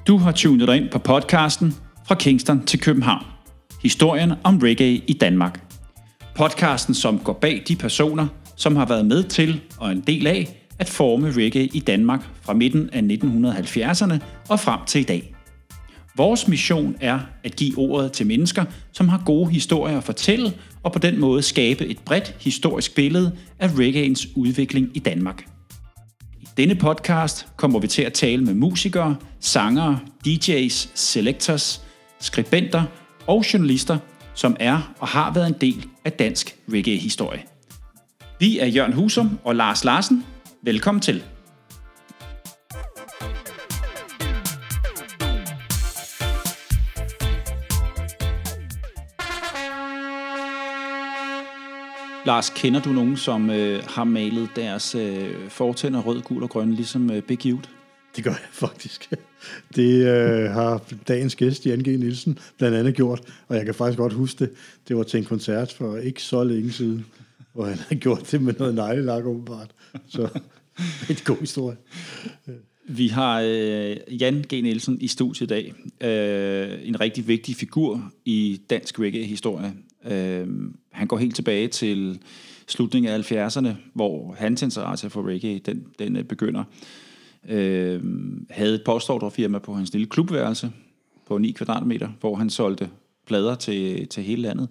Du har tunet dig ind på podcasten Fra Kingston til København. Historien om reggae i Danmark. Podcasten, som går bag de personer, som har været med til og en del af at forme reggae i Danmark fra midten af 1970'erne og frem til i dag. Vores mission er at give ordet til mennesker, som har gode historier at fortælle, og på den måde skabe et bredt historisk billede af reggaeens udvikling i Danmark. I denne podcast kommer vi til at tale med musikere, sangere, DJ's, selectors, skribenter og journalister, som er og har været en del af dansk reggae-historie. Vi er Jørgen Husum og Lars Larsen. Velkommen til. Lars, kender du nogen, som har malet deres fortænder rød, gul og grøn, ligesom Big Youth? Det gør jeg faktisk. Det har dagens gæst, Jan G. Nielsen, blandt andet gjort, og jeg kan faktisk godt huske det. Det var til en koncert for ikke så længe siden, hvor han havde gjort det med noget neglelak åbenbart. Så det er en god historie. Vi har Jan G. Nielsen i studiet i dag. En rigtig vigtig figur i dansk reggae-historie. Han går helt tilbage til slutningen af 70'erne, hvor hans interesse for reggae, den begynder. Havde et postordrefirma på hans lille klubværelse på 9 kvadratmeter, hvor han solgte plader til hele landet.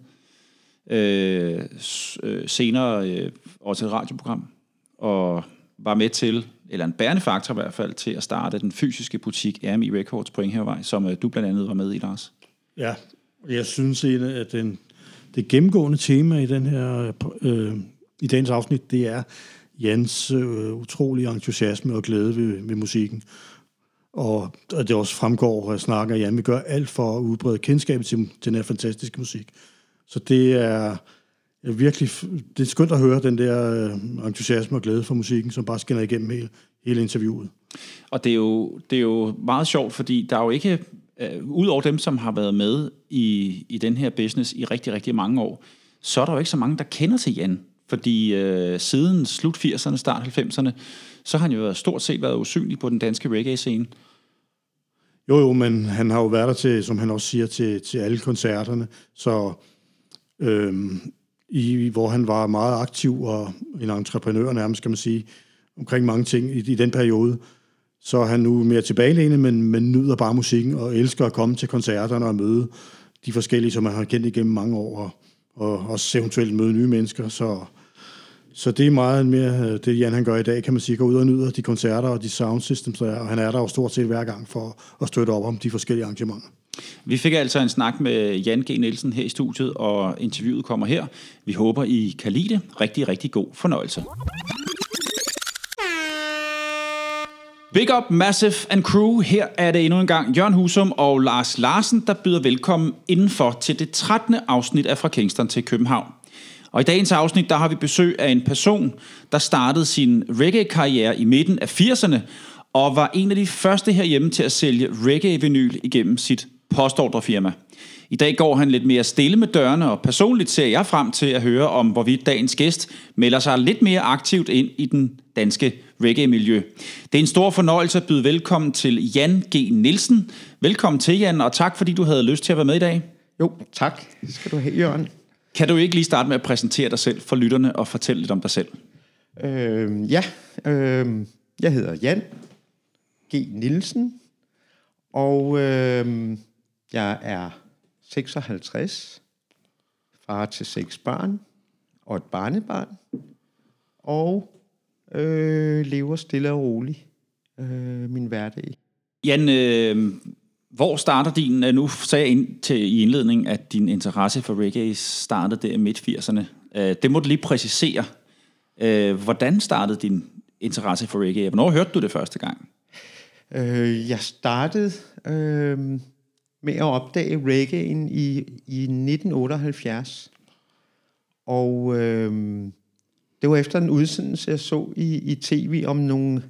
Senere også et radioprogram, og var med til, eller en bærende faktor i hvert fald, til at starte den fysiske butik RMI Records på Enghavevej, som du blandt andet var med i, Lars. Ja, jeg synes, at det gennemgående tema i den her i dagens afsnit, det er Jans utrolige entusiasme og glæde ved musikken. Og det også fremgår, hvor jeg snakker, at Jan vil gøre alt for at udbrede kendskabet til den her fantastiske musik. Så det er virkelig, det er skønt at høre den der entusiasme og glæde for musikken, som bare skinner igennem hele interviewet. Og det er jo meget sjovt, fordi der er jo ikke, udover dem, som har været med i den her business i rigtig, rigtig mange år, så er der jo ikke så mange, der kender til Jan. Fordi siden slut 80'erne, start 90'erne, så har han jo stort set været usynlig på den danske reggae-scene. Jo, men han har jo været der til, som han også siger, til alle koncerterne, så hvor han var meget aktiv og en entreprenør nærmest, kan man sige, omkring mange ting i den periode, så er han nu mere tilbagelænet, men nyder bare musikken og elsker at komme til koncerterne og møde de forskellige, som han har kendt igennem mange år, og også eventuelt møde nye mennesker, så det er meget mere det, Jan han gør i dag, kan man sige, går ud og nyder de koncerter og de sound systems, og han er der jo stort set hver gang for at støtte op om de forskellige arrangementer. Vi fik altså en snak med Jan G. Nielsen her i studiet, og interviewet kommer her. Vi håber, I kan lide det. Rigtig, rigtig god fornøjelse. Big up, Massive and Crew. Her er det endnu en gang Jørgen Husum og Lars Larsen, der byder velkommen indenfor til det 13. afsnit af Fra Kingston til København. Og i dagens afsnit, der har vi besøg af en person, der startede sin reggae-karriere i midten af 80'erne, og var en af de første herhjemme til at sælge reggae-vinyl igennem sit postordrefirma. I dag går han lidt mere stille med dørene, og personligt ser jeg frem til at høre om, hvorvidt dagens gæst melder sig lidt mere aktivt ind i den danske reggae-miljø. Det er en stor fornøjelse at byde velkommen til Jan G. Nielsen. Velkommen til, Jan, og tak fordi du havde lyst til at være med i dag. Jo, tak. Det skal du have, Jørgen. Kan du ikke lige starte med at præsentere dig selv for lytterne og fortælle lidt om dig selv? Jeg hedder Jan G. Nielsen, og jeg er 56, far til 6 børn og et barnebarn, og lever stille og roligt min hverdag. Jan, hvor starter din, nu sagde jeg i indledningen, at din interesse for reggae startede der i midt-80'erne. Det må du lige præcisere. Hvordan startede din interesse for reggae? Hvornår hørte du det første gang? Jeg startede med at opdage reggaen i 1978. Og det var efter en udsendelse, jeg så i tv om nogle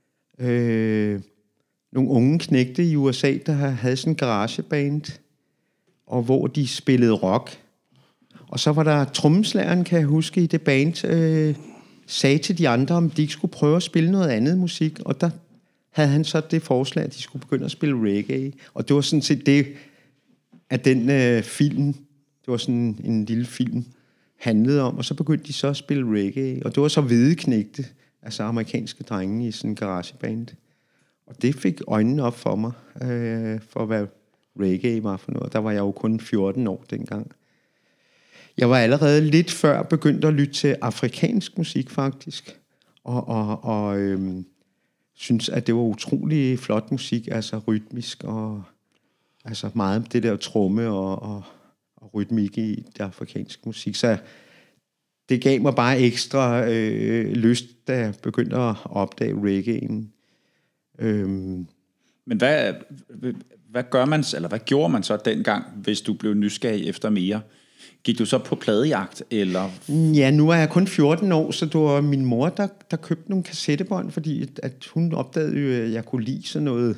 unge knægte i USA, der havde sådan en garageband, og hvor de spillede rock. Og så var der trommeslageren, kan jeg huske, i det band, sagde til de andre, om de ikke skulle prøve at spille noget andet musik. Og der havde han så det forslag, at de skulle begynde at spille reggae. Og det var sådan set det, at den film, det var sådan en lille film, handlede om, og så begyndte de så at spille reggae. Og det var så hvide knægte, altså amerikanske drenge i sådan en garageband. Og det fik øjnene op for mig, for hvad reggae var for noget. Der var jeg jo kun 14 år dengang. Jeg var allerede lidt før begyndt at lytte til afrikansk musik, faktisk. Og synes, at det var utrolig flot musik, altså rytmisk, og altså meget det der tromme og rytmik i det afrikanske musik. Så det gav mig bare ekstra lyst, da jeg begyndte at opdage reggaen. Men hvad gør man, eller hvad gjorde man så dengang, hvis du blev nysgerrig efter mere? Gik du så på pladejagt, eller? Ja, nu er jeg kun 14 år, så det var min mor, der købte nogle kassettebånd, fordi at hun opdagede jo, at jeg kunne lide sådan noget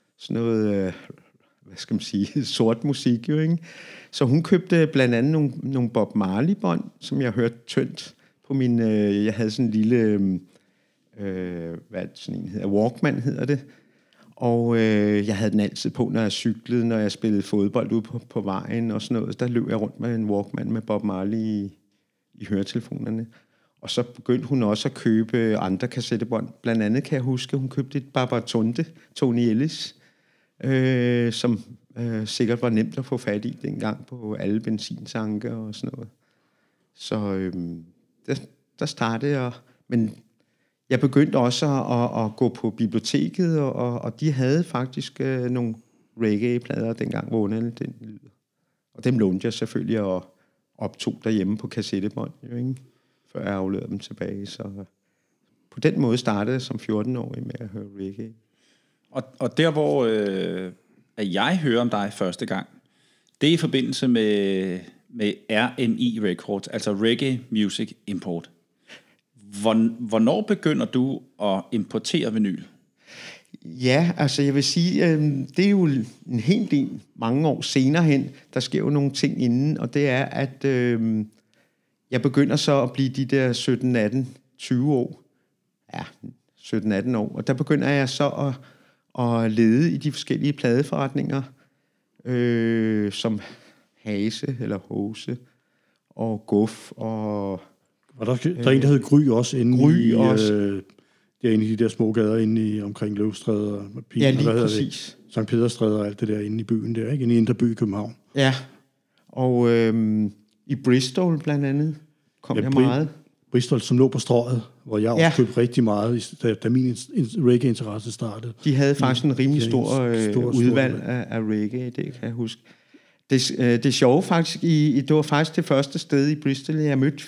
hvad skal man sige, sort musik, jo, ikke? Så hun købte blandt andet nogle Bob Marley-bånd, som jeg hørte tyndt på min, jeg havde sådan en lille, hvad sådan en hedder, Walkman hedder det, og jeg havde den altid på, når jeg cyklede, når jeg spillede fodbold ude på vejen og sådan noget. Der løb jeg rundt med en Walkman med Bob Marley i høretelefonerne. Og så begyndte hun også at købe andre kassettebånd. Blandt andet kan jeg huske, at hun købte et Babatunde, Tony Ellis, som sikkert var nemt at få fat i dengang på alle benzintanke og sådan noget. Så der startede jeg. Men jeg begyndte også at gå på biblioteket, og de havde faktisk nogle reggae-plader dengang, hvor underligt den lyd. Og dem lånte jeg selvfølgelig og optog derhjemme på kassettebånd, jo, ikke? Før jeg afleverede dem tilbage. Så på den måde startede jeg som 14-årig med at høre reggae. Og der, hvor at jeg hører om dig første gang, det er i forbindelse med RMI Records, altså Reggae Music Import. Hvornår begynder du at importere vinyl? Ja, altså jeg vil sige, det er jo en hel del mange år senere hen, der sker jo nogle ting inden, og det er, at jeg begynder så at blive de der 17, 18, 20 år. Ja, 17-18 år, og der begynder jeg så at lede i de forskellige pladeforretninger, som Hase eller Hose og Guf og... Og der er en, der hedder Gry også, derinde i de der små gader inde omkring Løvstræde og Pien, ja, lige præcis. Sankt Pederstræde og alt det der inde i byen der, ikke? Inde i Indre By i København. Ja, og i Bristol blandt andet kom jeg meget. Bristol, som lå på Strøget, hvor jeg også købte rigtig meget, da min reggae-interesse startede. De havde faktisk en rimelig stor udvalg af reggae, det kan jeg huske. Det sjove faktisk, det var faktisk det første sted i Bristol, jeg mødte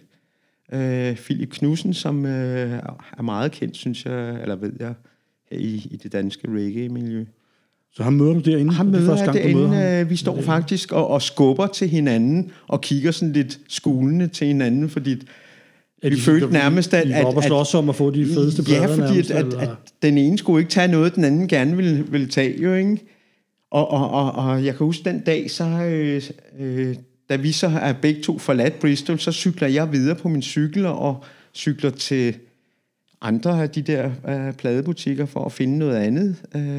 Philip Knudsen, som er meget kendt, synes jeg, eller ved jeg, her i det danske reggae-miljø. Så ham møder du derinde? Ham møder jeg derinde. Vi står faktisk og skubber til hinanden, og kigger sådan lidt skulende til hinanden, fordi vi følte nærmest, at... I var op og slås om at få de fedeste plader. Ja, fordi at den ene skulle ikke tage noget, den anden gerne ville tage, jo, ikke? Og jeg kan huske den dag, så... da vi så er begge to forladt Bristol, så cykler jeg videre på min cykel og cykler til andre af de der pladebutikker for at finde noget andet.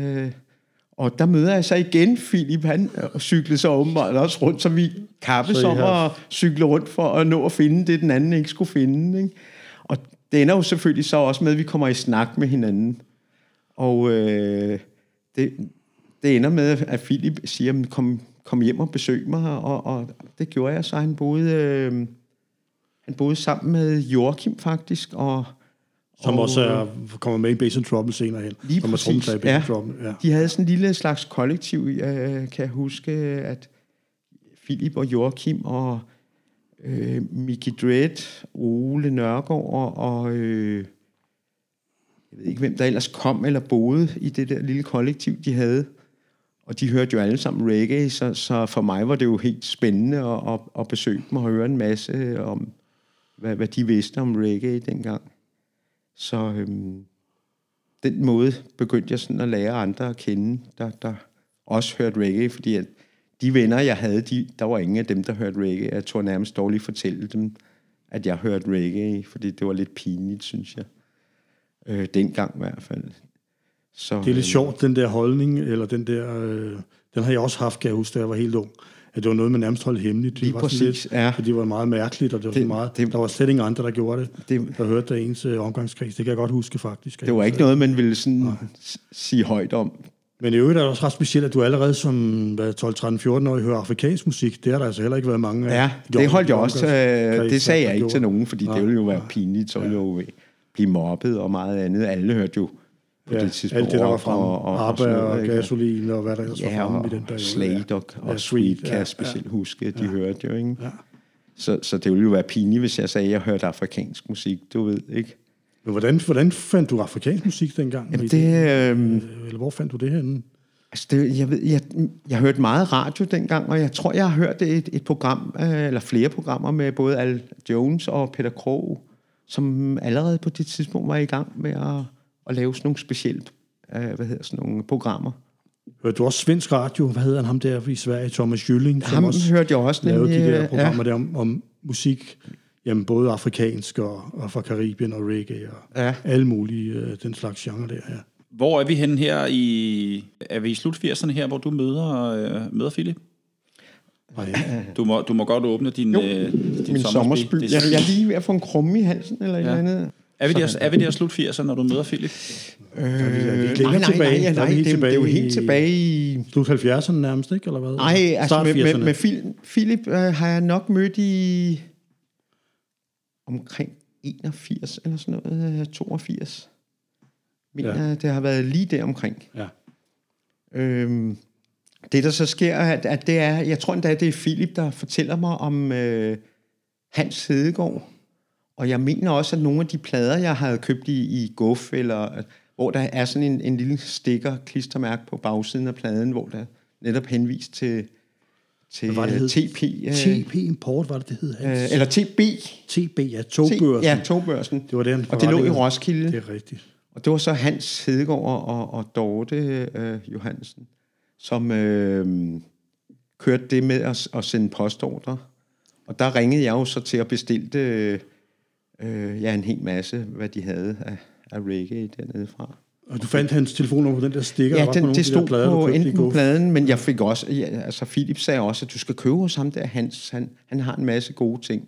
Og der møder jeg så igen Philip, han cyklede så åbenbart også rundt, så vi kappes om at cykle rundt for at nå at finde det, den anden ikke skulle finde, ikke? Og det ender jo selvfølgelig så også med, at vi kommer i snak med hinanden. Og det ender med, at Philip siger, kom hjem og besøg mig, og det gjorde jeg så. Han boede sammen med Joachim faktisk, som også kommer med i Bass and Trouble senere hen. Lige præcis, ja. De havde sådan en lille slags kollektiv, kan jeg huske, at Philip og Joachim og Mickey Dredd, Ole Nørgaard og jeg ved ikke, hvem der ellers kom eller boede i det der lille kollektiv, de havde. Og de hørte jo alle sammen reggae, så for mig var det jo helt spændende at besøge dem og høre en masse om, hvad de vidste om reggae dengang. Så den måde begyndte jeg sådan at lære andre at kende, der også hørte reggae, fordi at de venner, jeg havde, der var ingen af dem, der hørte reggae. Jeg tog nærmest dårligt fortælle dem, at jeg hørte reggae, fordi det var lidt pinligt, synes jeg. Dengang i hvert fald. Så, det er lidt sjovt, den der holdning, eller den der... den har jeg også haft, kan jeg huske, da jeg var helt ung. At det var noget, man nærmest holdt hemmeligt. Lige det var præcis, lidt, ja. For det var meget mærkeligt, og det var sådan meget... der var slet ingen andre, der gjorde det. Der hørte der ens omgangskreds. Det kan jeg godt huske, faktisk. Det var ikke noget, man ville sådan sige højt om. Men i øvrigt er det også ret specielt, at du allerede som 12-13-14-årig hører afrikansk musik. Det har der altså heller ikke været mange af. Ja, det holdt jeg også. Det sagde jeg ikke til nogen, fordi det ville jo være pinligt. Så ville jo blive mobbet og meget andet. Alle hørte jo på det tidspunkt. Alt det, der var fremme. ABBA og Gasolin og hvad der ellers var fremme i den periode. Slade og Sweet kan jeg specielt huske, de hørte jo, ikke? Ja. Så det ville jo være pinligt, hvis jeg sagde, at jeg hørte afrikansk musik, du ved, ikke? Men hvordan fandt du afrikansk musik dengang? Jamen eller hvor fandt du det henne? Altså jeg hørte meget radio dengang, og jeg tror, jeg har hørt et program, eller flere programmer med både Al Jones og Peter Krog, som allerede på det tidspunkt var i gang med at lave sådan nogle specielt, sådan nogle programmer. Hørte du også svensk radio? Hvad hedder han ham der i Sverige? Thomas Jylling? Ham også hørte jeg også. Lavede de der programmer der om musik. Jamen, både afrikansk og fra Karibien og reggae og alle mulige den slags genre der, ja. Hvor er vi henne her er vi i slut 80'erne her, hvor du møder Philip? Du må godt åbne din sommerspil. Jeg er lige ved at få en krumme i halsen eller et eller andet. Er vi der slut 80'erne, når du møder Philip? Nej, det er jo helt tilbage i... Slut 70'erne nærmest, ikke? Eller hvad? Nej, altså med Philip har jeg nok mødt i omkring 81 eller sådan noget, 82. Det har været lige der omkring. Ja. Det der så sker, at det er, jeg tror endda, det er Philip, der fortæller mig om Hans Hedegaard. Og jeg mener også, at nogle af de plader, jeg havde købt i Guf, eller hvor der er sådan en lille stikker, klistermærke på bagsiden af pladen, hvor der netop henvist til TP. TP Import, var det hed? Eller TB. TB, ja, togbørsen. Ja, togbørsen. Det var den. Og det lå i Roskilde. Det er rigtigt. Og det var så Hans Hedegaard og Dorte Johansen, som kørte det med at sende postordre. Og der ringede jeg jo så til at bestille en hel masse, hvad de havde af reggae dernede fra. Og du fandt hans telefonnummer på den der stikker? Ja, det stod på enten på pladen, men jeg fik også... altså, Philip sagde også, at du skal købe hos ham der, Hans. Han har en masse gode ting.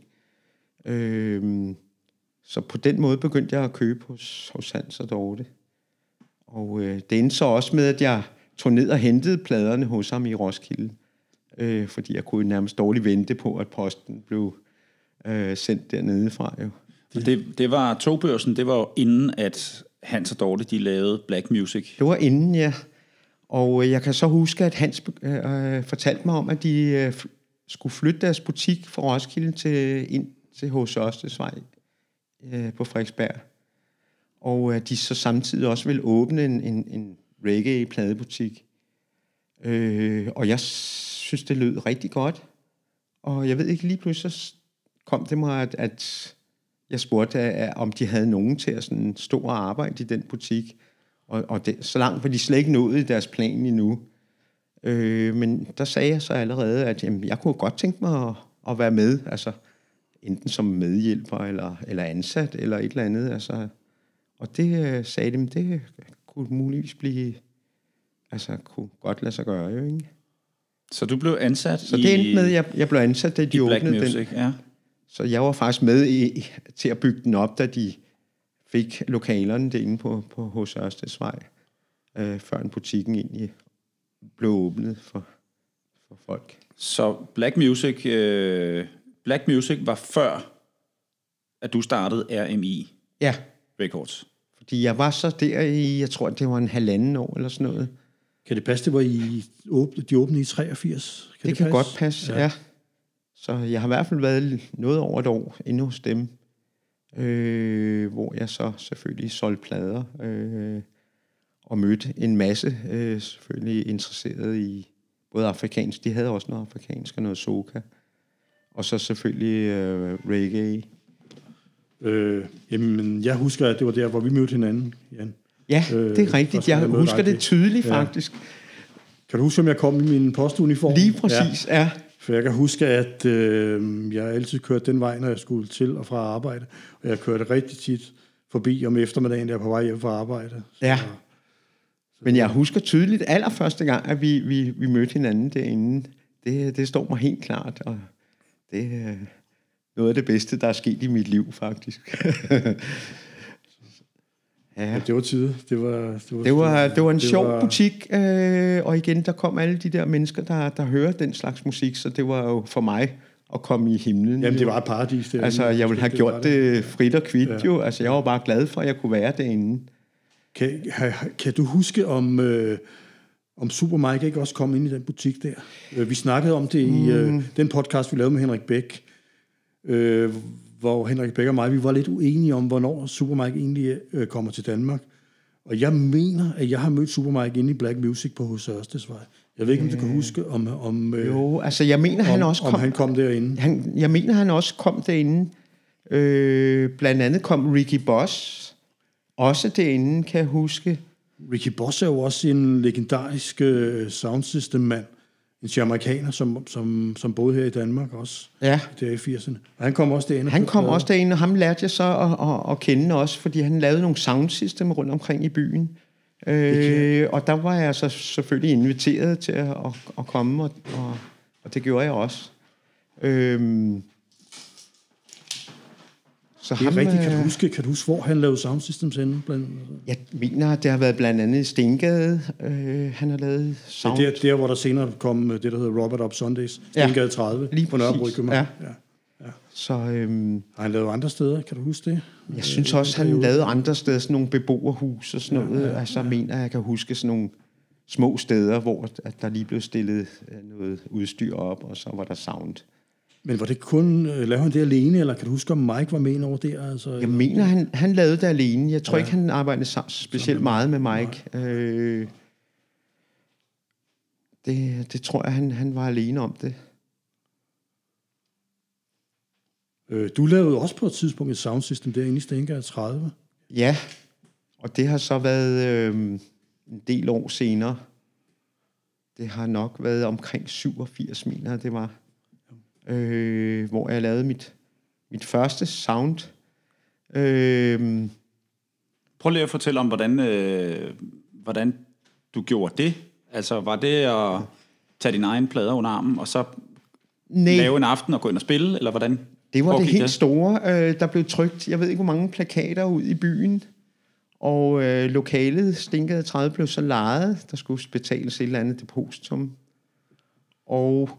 Så på den måde begyndte jeg at købe hos Hans og Dorte. Og det endte så også med, at jeg tog ned og hentede pladerne hos ham i Roskilde. Fordi jeg kunne nærmest dårligt vente på, at posten blev sendt dernede fra. Jo. Det var togbørsen, det var jo inden, at Hans og Dorte, de lavede Black Music. Det var inden, ja. Og jeg kan så huske, at Hans fortalte mig om, at de skulle flytte deres butik fra Roskilde ind til H.C. Ørstedsvej på Frederiksberg. Og at de så samtidig også ville åbne en reggae-pladebutik. Og jeg synes, det lød rigtig godt. Og jeg ved ikke, lige pludselig kom det mig, at jeg spurgte, om de havde nogen til at sådan stå og arbejde i den butik. Og det, så langt var de slet ikke nået i deres plan endnu. Men der sagde jeg så allerede, at jeg kunne godt tænke mig at være med. Altså enten som medhjælper eller ansat eller et eller andet. Altså, og det sagde de, det kunne muligvis blive... Altså, kunne godt lade sig gøre, jo, ikke? Så du blev ansat så det endte med, jeg blev ansat, da de åbnede Music, den. Ja. Så jeg var faktisk med til at bygge den op, da de fik lokalerne derinde på H.C. Ørstedsvej, før en butikken egentlig blev åbnet for folk. Så Black Music var før, at du startede RMI Records? Fordi jeg var så der i, jeg tror, det var 1,5 år eller sådan noget. Kan det passe, det var de åbnede i 83? Det kan godt passe, ja. Så jeg har i hvert fald været noget over et år inde hos dem, hvor jeg så selvfølgelig solgte plader og mødte en masse selvfølgelig interesserede i både afrikansk, de havde også noget afrikansk og noget soca, og så selvfølgelig reggae. Jamen, jeg husker, at det var der, hvor vi mødte hinanden, Jan. Ja, det er rigtigt. Jeg husker det tydeligt, faktisk. Kan du huske, om jeg kom i min postuniform? Lige præcis, ja. For jeg kan huske, at jeg altid kørte den vej, når jeg skulle til og fra arbejde. Og jeg kørte rigtig tit forbi om eftermiddagen, der på vej hjem fra arbejde. Men jeg husker tydeligt allerførste gang, at vi mødte hinanden derinde. Det står mig helt klart, og det er noget af det bedste, der er sket i mit liv, faktisk. Ja, det var tid. Det var en sjov butik, og igen, der kom alle de der mennesker, der hører den slags musik, så det var jo for mig at komme i himlen. Jamen, det var et paradis. Det altså, jeg ville have gjort det frit og kvidt, jo. Altså, jeg var bare glad for, at jeg kunne være derinde. Kan du huske, om Super Mike ikke også kom ind i den butik der? Vi snakkede om det i den podcast, vi lavede med Henrik Bæk, hvor Henrik Bæk og mig, vi var lidt uenige om, hvornår Super Mike egentlig kommer til Danmark. Og jeg mener, at jeg har mødt Super Mike inde i Black Music på H.C. Ørstedsvej. Jeg ved ikke, om du kan huske, jo, altså jeg mener, han også kom... Om han kom derinde. Jeg mener, han også kom derinde. Blandt andet kom Ricky Boss også derinde, kan jeg huske. Ricky Boss er jo også en legendarisk soundsystem-mand. En jamaikaner, som boede her i Danmark også. Ja. Der i 80'erne. Og han kom også derinde. Han kom også derinde, og ham lærte jeg så at kende også, fordi han lavede nogle soundsystem rundt omkring i byen. Og der var jeg så selvfølgelig inviteret til at komme, og det gjorde jeg også. Så det er rigtigt. Kan du huske, hvor han lavede soundsystems henne? Jeg mener, det har været blandt andet i Stengade. Han har lavet sound. Det er der, hvor der senere kom det, der hedder Robert Up Sundays. Stengade 30 lige på Nørrebro i København. Ja. Så, har han lavet andre steder? Kan du huske det? Jeg synes også, han lavede andre steder, sådan nogle beboerhus og sådan noget. Altså, mener jeg kan huske sådan nogle små steder, hvor der lige blev stillet noget udstyr op, og så var der sound. Men var det kun, lavede han det alene, eller kan du huske, om Mike var med over der? Altså, jeg mener, han lavede det alene. Jeg tror ikke, han arbejdede specielt meget med Mike. Det tror jeg, han var alene om det. Du lavede også på et tidspunkt et soundsystem derinde i Stengade 30. Ja, og det har så været en del år senere. Det har nok været omkring 87, mener det var. Hvor jeg lavede mit første sound. Prøv lige at fortælle om, hvordan du gjorde det. Altså, var det at tage dine egne plader under armen, og så lave en aften og gå ind og spille, eller hvordan? Det var det helt store. Der blev trykt, jeg ved ikke, hvor mange plakater ud i byen, og lokalet Stengade 30 blev så lejet. Der skulle betales et eller andet depositum. Og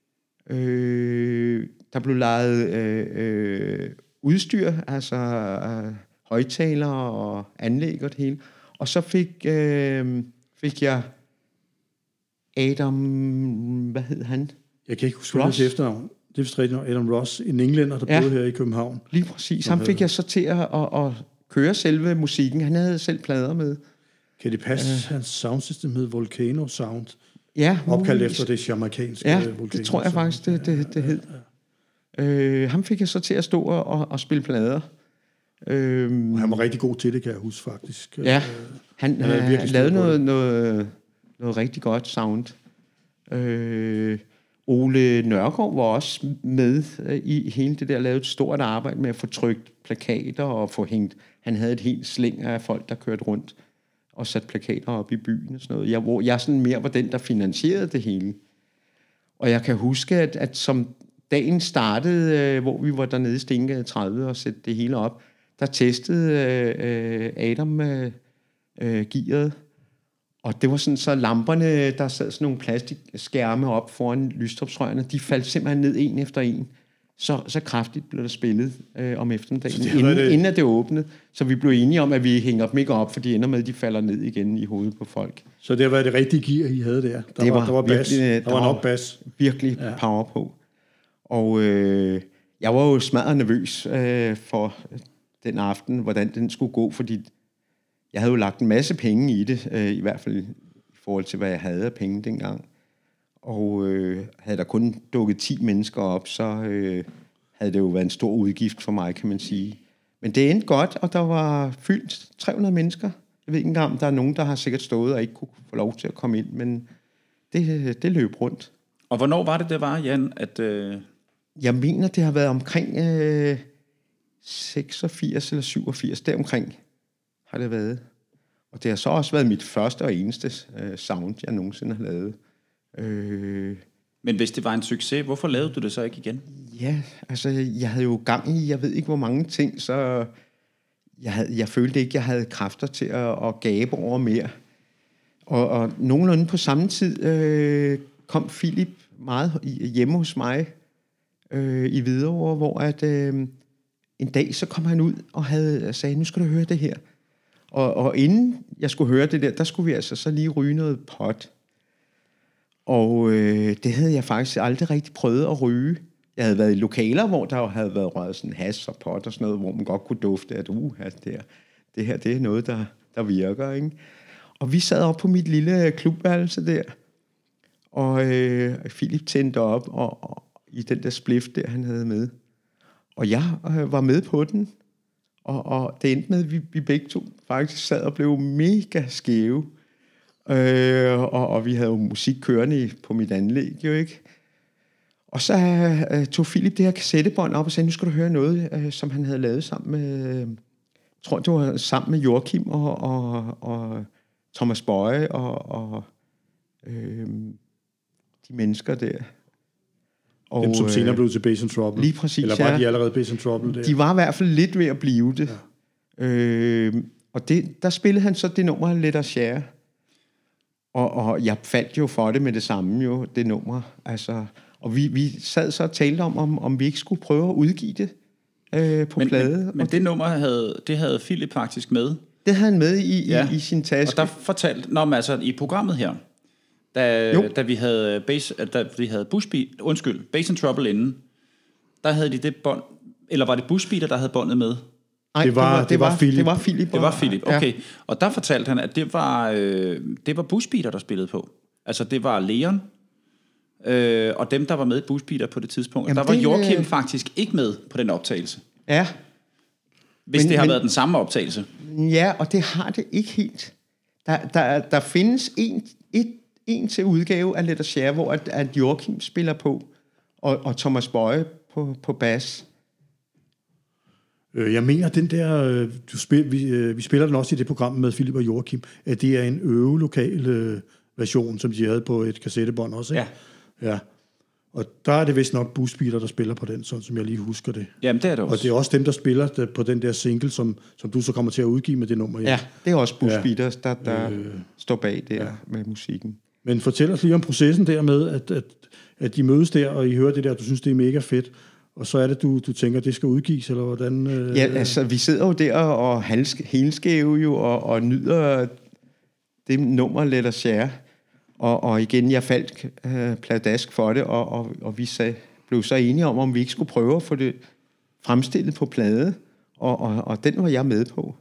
der blev lejet udstyr, altså højtalere og anlæg og det hele. Og så fik jeg Adam, hvad hed han? Jeg kan ikke huske hans efternavn. Det er vist rigtigt, Adam Ross, en englænder, der boede her i København. Lige præcis. Ham fik jeg så til at køre selve musikken. Han havde selv plader med. Kan det passe, hans soundsystem hed Volcano Sound? Ja, opkaldt efter det jamaicanske Volcano. Det tror jeg faktisk, det hed. Ja. Ham fik jeg så til at stå og spille plader. Og han var rigtig god til det, kan jeg huske faktisk. Ja, han lavede noget rigtig godt sound. Ole Nørgaard var også med i hele det der, lavede et stort arbejde med at få trykt plakater og få hængt. Han havde et helt slæng af folk, der kørte rundt og satte plakater op i byen og sådan noget. Hvor jeg sådan mere var den, der finansierede det hele. Og jeg kan huske, at som dagen startede, hvor vi var dernede i Stengade 30 og sætte det hele op, der testede Adam gearet. Og det var sådan, så lamperne, der sad sådan nogle plastikskærme op foran lystopsrørene, de faldt simpelthen ned en efter en. Så kraftigt blev der spillet om eftermiddagen, inden at det åbnede. Så vi blev enige om, at vi hænger dem ikke op, for de ender med, at de falder ned igen i hovedet på folk. Så det var det rigtige gear, I havde der? Der var bass. Der var nok bass. Virkelig power på. Og jeg var jo smadret nervøs for den aften, hvordan den skulle gå, fordi jeg havde jo lagt en masse penge i det, i hvert fald i forhold til, hvad jeg havde af penge dengang. Og havde der kun dukket 10 mennesker op, så havde det jo været en stor udgift for mig, kan man sige. Men det endte godt, og der var fyldt 300 mennesker. Jeg ved ikke engang, om der er nogen, der har sikkert stået og ikke kunne få lov til at komme ind, men det løb rundt. Og hvornår var det var, Jan, at... Jeg mener, det har været omkring 86 eller 87, deromkring har det været. Og det har så også været mit første og eneste sound, jeg nogensinde har lavet. Men hvis det var en succes, hvorfor lavede du det så ikke igen? Ja, altså jeg havde jo gang i, jeg ved ikke hvor mange ting, så jeg følte ikke, jeg havde kræfter til at gabe over mere. Og nogenlunde på samme tid kom Philip meget hjemme hos mig i Hvidovre, hvor at en dag så kom han ud og sagde, nu skal du høre det her. Og inden jeg skulle høre det der skulle vi altså så lige ryge noget pot. Og det havde jeg faktisk aldrig rigtig prøvet at ryge. Jeg havde været i lokaler, hvor der havde været røget sådan hash og pot og sådan noget, hvor man godt kunne dufte, at det her det er noget, der virker, ikke? Og vi sad op på mit lille klubværelse der, og Philip tændte op og i den der spliff der, han havde med. Og jeg var med på den, og det endte med, at vi begge to faktisk sad og blev mega skæve. Og vi havde jo musik kørende på mit anlæg, jo ikke? Og så tog Philip det her kassettebånd op og sagde, nu skal du høre noget, som han havde lavet sammen med, jeg tror det var sammen med Joachim og Thomas Bøje og de mennesker der. Og, dem, som senere blev til Bass & Trouble. Lige præcis, eller var de allerede Bass & Trouble der? De var i hvert fald lidt ved at blive det. Ja. Og der spillede han så det nummer Let Us Share. Og jeg faldt jo for det med det samme, jo, det nummer. Altså, og vi sad så og talte om vi ikke skulle prøve at udgive det på plade. Men det nummer havde Philip faktisk med. Det havde han med i sin taske. Og der fortalte, altså i programmet her, da vi havde Bass & Trouble inden, der havde de det bånd, eller var det Bushbeater, der havde båndet med? Nej, det var Philip. Det var Philip. Det var Philip, okay. Ja. Og der fortalte han, at det var Bushbeater, der spillede på. Altså det var Leon, og dem, der var med i Bushbeater på det tidspunkt. Jamen, der var Joachim faktisk ikke med på den optagelse. Ja. Hvis det har været den samme optagelse. Ja, og det har det ikke helt. Der findes en til udgave af Let Us Share, hvor at Joachim spiller på, og Thomas Bøje på bas. Jeg mener, den der, vi spiller den også i det program med Philip og Joachim, at det er en øvelokal version, som de havde på et kassettebånd også, ikke? Ja. Og der er det vist nok Bushbeater, der spiller på den, sådan som jeg lige husker det. Jamen, det er det også. Og det er også dem, der spiller på den der single, som du så kommer til at udgive med det nummer. Ja, det er også Bushbeater, der står bag der med musikken. Men fortæl os lige om processen der med, at de mødes der, og I hører det der, du synes, det er mega fedt. Og så er det, du tænker, det skal udgives, eller hvordan? Ja, altså, vi sidder jo der og helskæve jo, og nyder det nummer Let Us Share. Og igen, jeg faldt pladask for det, og vi blev så enige om vi ikke skulle prøve at få det fremstillet på plade. Og den var jeg med på.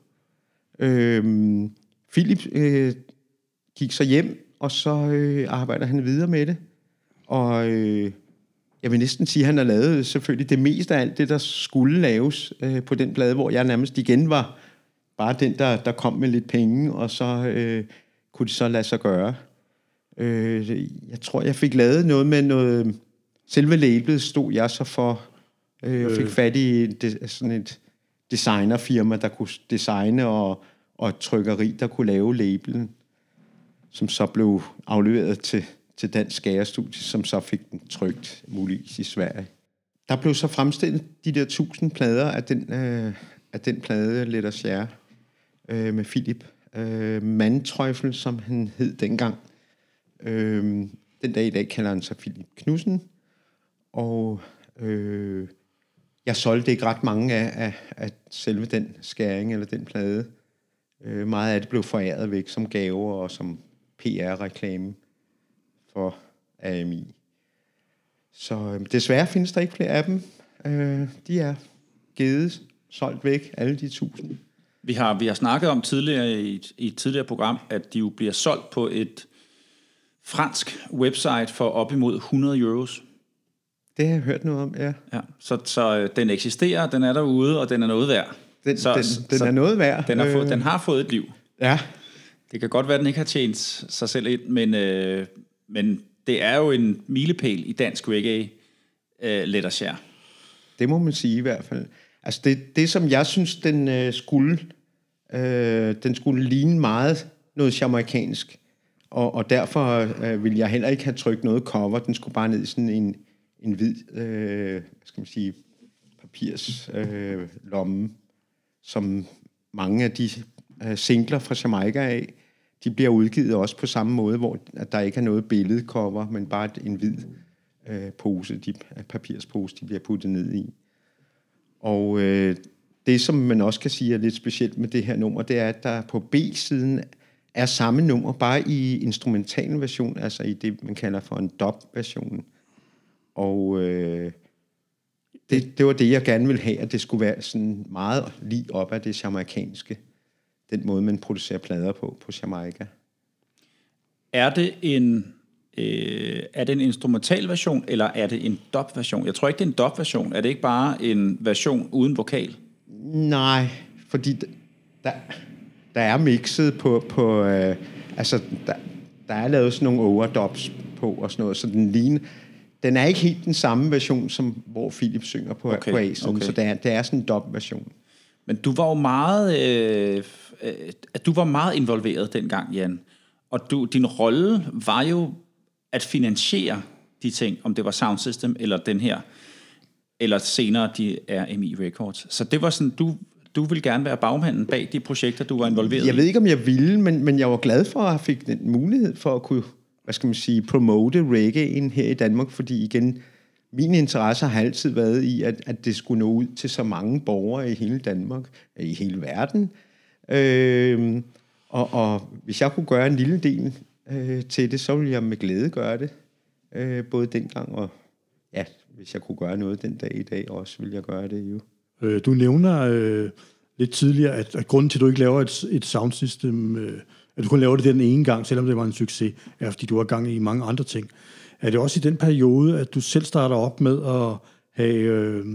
Philip gik så hjem, og så arbejder han videre med det. Og jeg vil næsten sige, at han har lavet selvfølgelig det meste af alt det, der skulle laves på den plade, hvor jeg nærmest igen var bare den, der kom med lidt penge, og så kunne det så lade sig gøre. Jeg tror, jeg fik lavet noget med noget. Selve labelet stod jeg så for. Jeg fik fat i sådan et designerfirma, der kunne designe, og et trykkeri, der kunne lave labelen, som så blev afleveret til Dansk Skærestudie, som så fik den trykt muligvis i Sverige. Der blev så fremstillet de der 1000 plader af den plade Let Us Share med Philip Manteuffel, som han hed dengang. Den dag i dag kalder han sig Philip Knudsen, og jeg solgte ikke ret mange af selve den skæring eller den plade. Meget af det blev foræret væk som gaver og som PR-reklame for AMI. Så desværre findes der ikke flere af dem. De er givet, solgt væk, alle de 1000. Vi har snakket om tidligere i et tidligere program, at de jo bliver solgt på et fransk website for op imod 100 euros. Det har jeg hørt noget om, ja. Så den eksisterer, den er derude, og den er noget værd. Den er noget værd. Den har fået et liv. Ja. Det kan godt være, at den ikke har tjent sig selv ind, men det er jo en milepæl i dansk reggae, Let Us Share. Det må man sige i hvert fald. Altså det som jeg synes, den skulle Den skulle ligne meget noget jamaicansk, og derfor ville jeg heller ikke have trykt noget cover. Den skulle bare ned i sådan en hvid, papirslomme, som mange af de singler fra Jamaica af, de bliver udgivet også på samme måde, hvor der ikke er noget billedcover, men bare en hvid pose, papirspose, de bliver puttet ned i. Og det, som man også kan sige er lidt specielt med det her nummer, det er, at der på B-siden er samme nummer, bare i instrumental version, altså i det, man kalder for en dub-version. Og det var det, jeg gerne ville have, at det skulle være sådan meget lige op af det jamaicanske. Den måde, man producerer plader på Jamaica. Er det en instrumental version, eller er det en dub-version? Jeg tror ikke, det er en dub-version. Er det ikke bare en version uden vokal? Nej, fordi der er mixet på altså, der er lavet sådan nogle overdubs på og sådan noget, så den er ikke helt den samme version, som hvor Philip synger på A-siden, så det er sådan en dub-version. Men du var jo meget involveret dengang, Jan. Og din rolle var jo at finansiere de ting, om det var Sound System eller den her, eller senere de RMI Records. Så det var sådan, du ville gerne være bagmanden bag de projekter, du var involveret i. Jeg ved ikke, om jeg ville, men jeg var glad for at have fik den mulighed for at kunne, promote reggae'en her i Danmark, fordi igen, min interesse har altid været i, at det skulle nå ud til så mange borgere i hele Danmark, i hele verden. Og hvis jeg kunne gøre en lille del til det, så ville jeg med glæde gøre det. Både dengang og, ja, hvis jeg kunne gøre noget den dag i dag også, ville jeg gøre det jo. Du nævner lidt tidligere, at grunden til, at du ikke laver et soundsystem, at du kun laver det den ene gang, selvom det var en succes, er, fordi du har gang i mange andre ting. Er det også i den periode, at du selv starter op med at have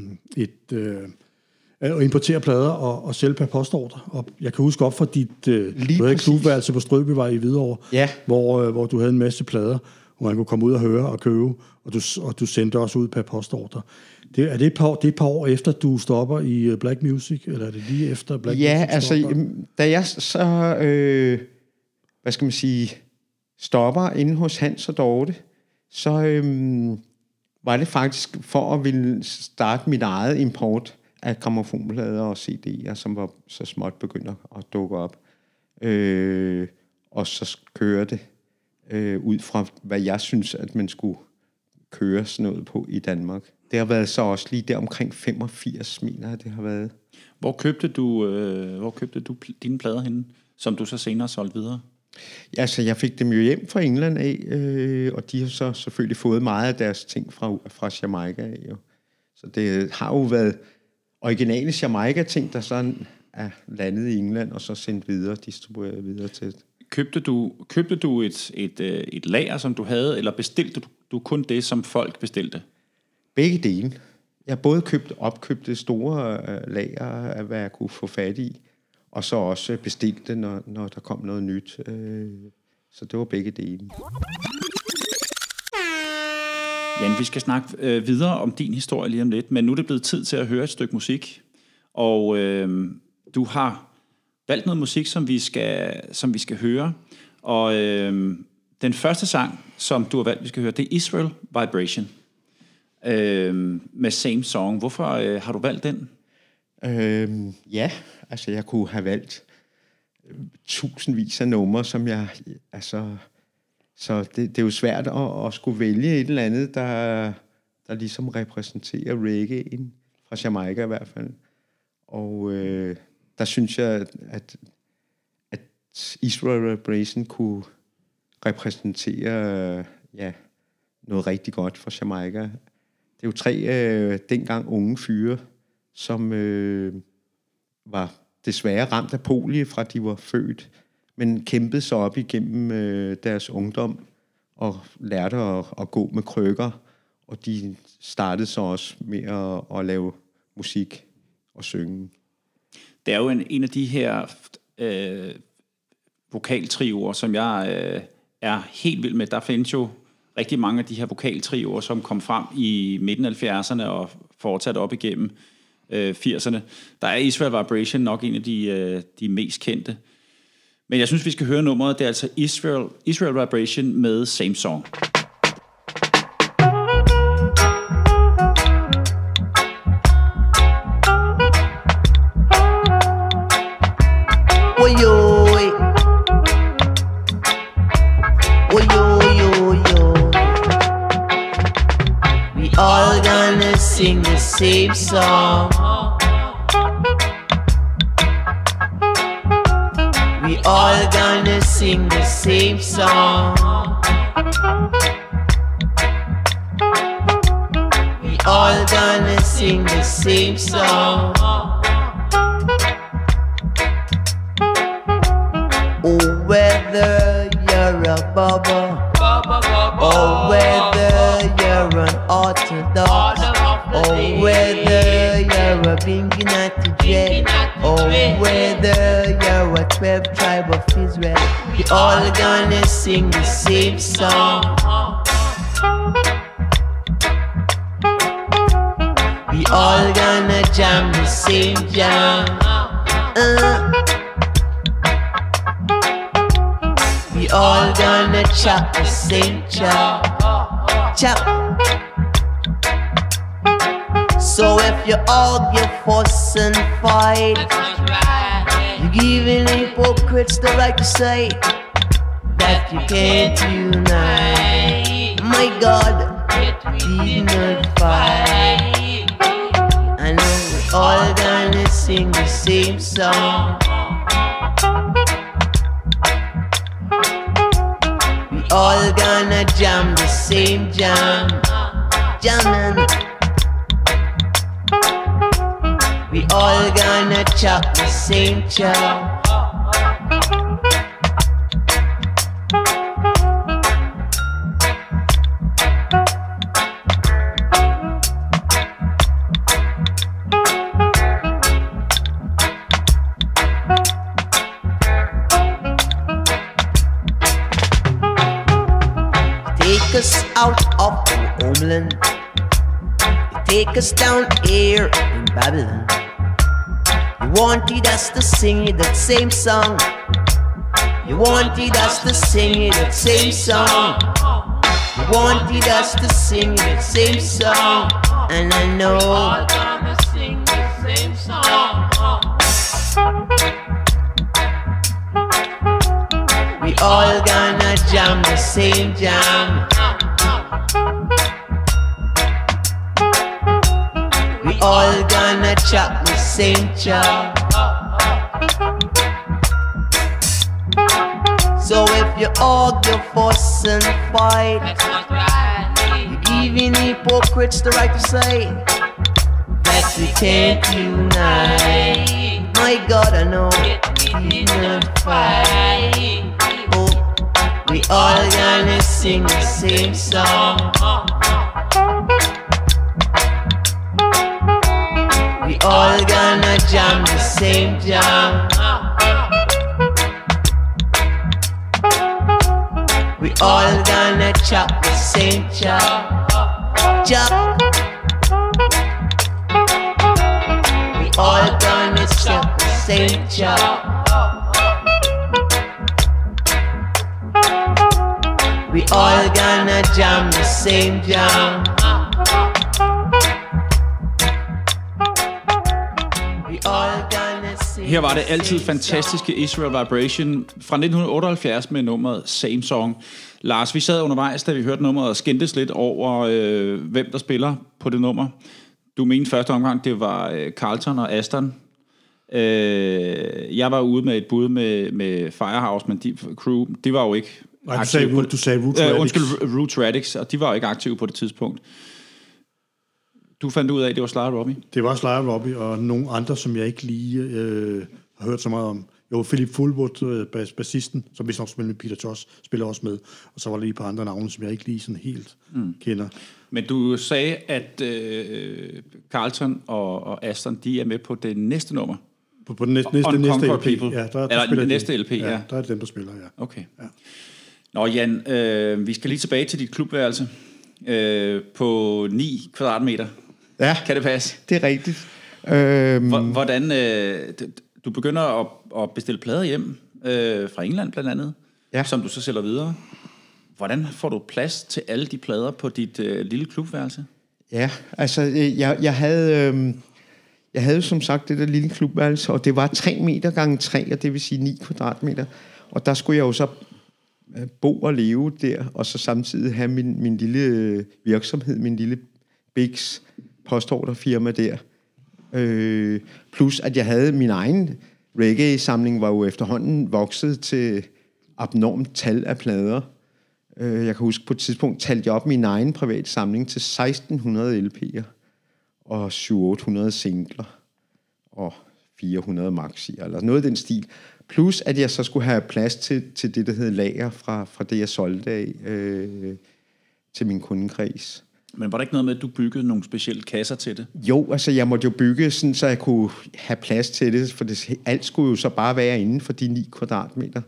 at importere plader og sælge per postordre? Og jeg kan huske op fra dit klubværelse på Strøbyvej i Hvidovre, ja, hvor du havde en masse plader, hvor man kunne komme ud og høre og købe, og du sendte også ud per postordre. Er det et par år efter, du stopper i Black Music, eller er det lige efter Black Music? Ja, altså, da jeg så, stopper inde hos Hans og Dorte, så var det faktisk for at ville starte mit eget import af grammofonplader og CD'er, som var så småt begyndt at dukke op. Og så køre det ud fra, hvad jeg synes, at man skulle køre sådan noget på i Danmark. Det har været så også lige der omkring 85, mener jeg, det har været. Hvor købte du dine plader henne, som du så senere solgte videre? Ja, så jeg fik dem jo hjem fra England af, og de har så selvfølgelig fået meget af deres ting fra Jamaica af. Jo. Så det har jo været originale Jamaica-ting, der sådan er landet i England, og så sendt videre, distribueret videre til. Købte du et lager, som du havde, eller bestilte du kun det, som folk bestilte? Begge dele. Jeg både opkøbte store lager af, hvad jeg kunne få fat i, og så også bestilte det, når der kom noget nyt. Så det var begge dele. Jan, vi skal snakke videre om din historie lige om lidt, men nu er det blevet tid til at høre et stykke musik. Og du har valgt noget musik, som vi skal høre. Og den første sang, som du har valgt, vi skal høre, det er Israel Vibration. Med Same Song. Hvorfor har du valgt den? Ja, altså jeg kunne have valgt tusindvis af numre, som jeg, altså, så det er jo svært at skulle vælge et eller andet, der ligesom repræsenterer reggae'en fra Jamaica i hvert fald. Og der synes jeg, at Israel Vibration kunne repræsentere noget rigtig godt for Jamaica. Det er jo 3 dengang unge fyre, som var desværre ramt af polio, fra de var født, men kæmpede sig op igennem deres ungdom og lærte at gå med krykker, og de startede så også med at lave musik og synge. Det er jo en af de her vokaltrioer, som jeg er helt vild med. Der findes jo rigtig mange af de her vokaltrioer, som kom frem i midten af 70'erne og fortsat op igennem. 80'erne. Der er Israel Vibration nok en af de mest kendte. Men jeg synes, vi skal høre nummeret. Det er altså Israel Vibration med Same Song. All gonna sing the same song. We all gonna sing the same song. We all gonna sing the same song. Oh, whether you're a bubble or whether you're an orthodox, or whether you're a Binky Natty J, or whether you're a 12th tribe of Israel, we all gonna sing the same song. We all gonna jam the same jam. We all gonna chop the same chop. Chop. So if you argue, fuss and fight, you're giving hypocrites the right to say that you can't unite. My God, did not fight. I know we're all gonna sing the same song. We all gonna jam the same jam. Jamming. We all gonna chop the same chop. Take us out of our homeland. Take us down here in Babylon. You wanted us to sing that same song. You wanted us to sing that same song. You wanted us to sing that same song. And I know we're all gonna sing the same song. We all gonna jam the same jam. We all gonna chop the same chop. So if you argue, fuss and fight, you're giving hypocrites the right to say that we can't unite. My God, I know we not fight. Oh, we all gonna sing the same song. We all gonna jam the same jam. We all gonna chop the same chop. Chop. We all gonna chop the same chop. We all gonna jam the same jam. Her var det altid fantastiske Israel Vibration fra 1978 med nummeret Same Song. Lars, vi sad undervejs, da vi hørte nummeret, og skændtes lidt over, hvem der spiller på det nummer. Du mente første omgang, det var Carlton og Aston. Jeg var ude med et bud med Firehouse, men Crew, de var jo ikke aktive. Du sagde Roots Radics. Undskyld, Roots Radics, og de var jo ikke aktive på det tidspunkt. Du fandt ud af, at det var Sly Robbie? Det var Sly Robbie, og nogle andre, som jeg ikke lige har hørt så meget om. Jo, Philip Fullwood, bassisten, som vi nok spiller med Peter Tosh, spiller også med. Og så var der lige et par andre navne, som jeg ikke lige sådan helt kender. Men du sagde, at Carlton og Aston, de er med på det næste nummer? På den næste LP. People. Ja, eller næste LP, ja. Der er det dem, der spiller, ja. Okay. Ja. Nå, Jan, vi skal lige tilbage til dit klubværelse på 9 kvadratmeter. Ja. Kan det passe? Det er rigtigt. Hvordan du begynder at bestille plader hjem fra England blandt andet, som du så sælger videre. Hvordan får du plads til alle de plader på dit lille klubværelse? Ja, altså jeg havde som sagt det der lille klubværelse, og det var 3 meter gange 3, og det vil sige 9 kvadratmeter. Og der skulle jeg jo så bo og leve der, og så samtidig have min lille virksomhed, min lille Bigs postorderfirma der. Plus at jeg havde min egen reggae-samling, var jo efterhånden vokset til abnormt tal af plader. Jeg kan huske, på et tidspunkt talte jeg op min egen private samling til 1600 LP'er og 700-800 singler og 400 maxier, eller noget af den stil. Plus at jeg så skulle have plads til det, der hedder lager fra det, jeg solgte af til min kundekreds. Men var der ikke noget med, at du byggede nogle specielle kasser til det? Jo, altså jeg måtte jo bygge sådan, så jeg kunne have plads til det, for alt skulle jo så bare være inden for de 9 kvadratmeter.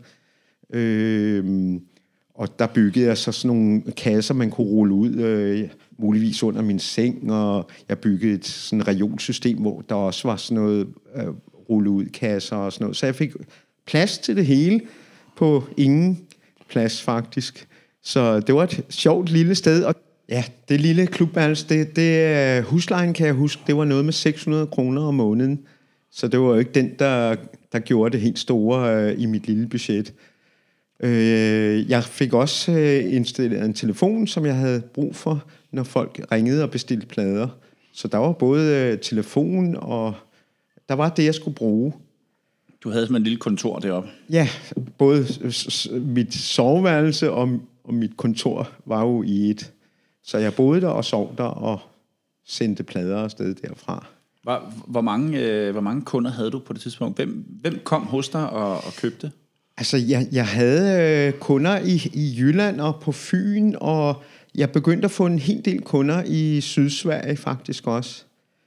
Og der byggede jeg så sådan nogle kasser, man kunne rulle ud, muligvis under min seng, og jeg byggede et sådan reolsystem, hvor der også var sådan noget rulle ud kasser og sådan noget. Så jeg fik plads til det hele på ingen plads faktisk. Så det var et sjovt lille sted, og ja, det lille klubværelse, det huslejen kan jeg huske, det var noget med 600 kroner om måneden. Så det var jo ikke den, der gjorde det helt store i mit lille budget. Jeg fik også installeret en telefon, som jeg havde brug for, når folk ringede og bestilte plader. Så der var både telefon, og der var det, jeg skulle bruge. Du havde sådan en lille kontor deroppe? Ja, både mit soveværelse og mit kontor var jo i et. Så jeg boede der og sov der og sendte plader afsted derfra. Hvor mange kunder havde du på det tidspunkt? Hvem kom hos dig og købte? Altså, jeg havde kunder i Jylland og på Fyn, og jeg begyndte at få en hel del kunder i Sydsverige faktisk også.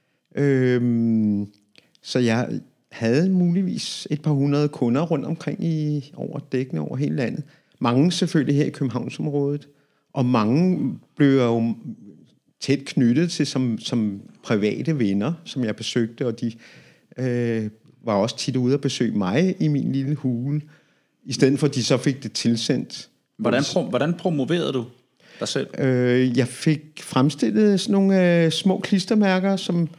Så jeg havde muligvis et par 100 kunder rundt omkring over dækkene over hele landet. Mange selvfølgelig her i Københavnsområdet, og mange blev jo tæt knyttet til som private venner, som jeg besøgte, og de var også tit ude at besøge mig i min lille hule, i stedet for at de så fik det tilsendt. Hvordan promoverede du dig selv? Jeg fik fremstillet sådan nogle små klistermærker,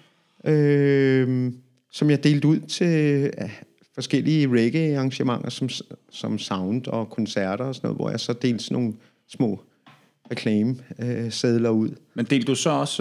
som jeg delte ud til forskellige reggae-arrangementer, som sound og koncerter og sådan noget, hvor jeg så delte sådan nogle små reklame-sedler ud. Men delte du så også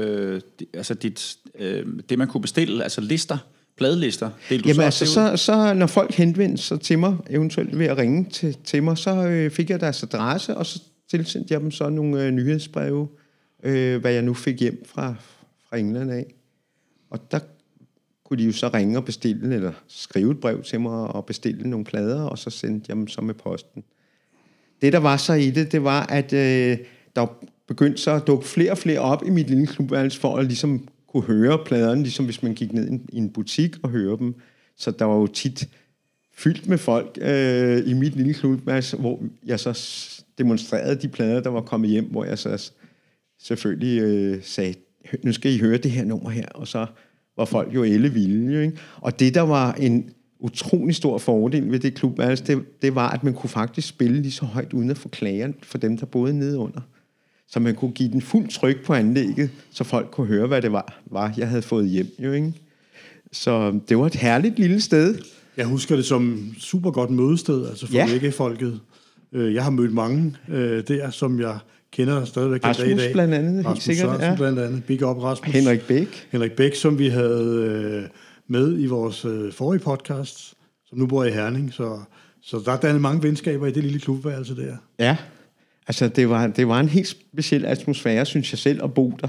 det, man kunne bestille, altså lister? Pladelister? Jamen altså, så når folk henvendte sig til mig, eventuelt ved at ringe til mig, så fik jeg deres adresse, og så tilsendte jeg dem så nogle nyhedsbreve, hvad jeg nu fik hjem fra England af. Og der kunne de jo så ringe og bestille, eller skrive et brev til mig og bestille nogle plader, og så sendte jeg dem så med posten. Det, der var så i det var, at der begyndte så at dukke flere og flere op i mit lille klubværelse, for at ligesom kunne høre pladerne, ligesom hvis man gik ned i en butik og høre dem. Så der var jo tit fyldt med folk i mit lille klubværelse, hvor jeg så demonstrerede de plader, der var kommet hjem, hvor jeg så selvfølgelig sagde, nu skal I høre det her nummer her, og så var folk jo ellevilde, ikke? Og det, der var en utrolig stor fordel ved det klubværelse, det var, at man kunne faktisk spille lige så højt, uden at få klager for dem, der boede nede under. Så man kunne give den fuld tryk på anlægget, så folk kunne høre, hvad det var jeg havde fået hjem, jo, ikke? Så det var et herligt lille sted. Jeg husker det som super godt mødested, altså for reggae-folket. Jeg har mødt mange der, som jeg kender stadigvæk den dag i dag. Blandt andet, helt sikkert. Rasmus blandt andet, Big Up Rasmus. Henrik Bæk, som vi havde med i vores forrige podcast, som nu bor i Herning. Så der er dannet mange venskaber i det lille klubværelse der. Ja, altså det var en helt speciel atmosfære, synes jeg selv, at bo der.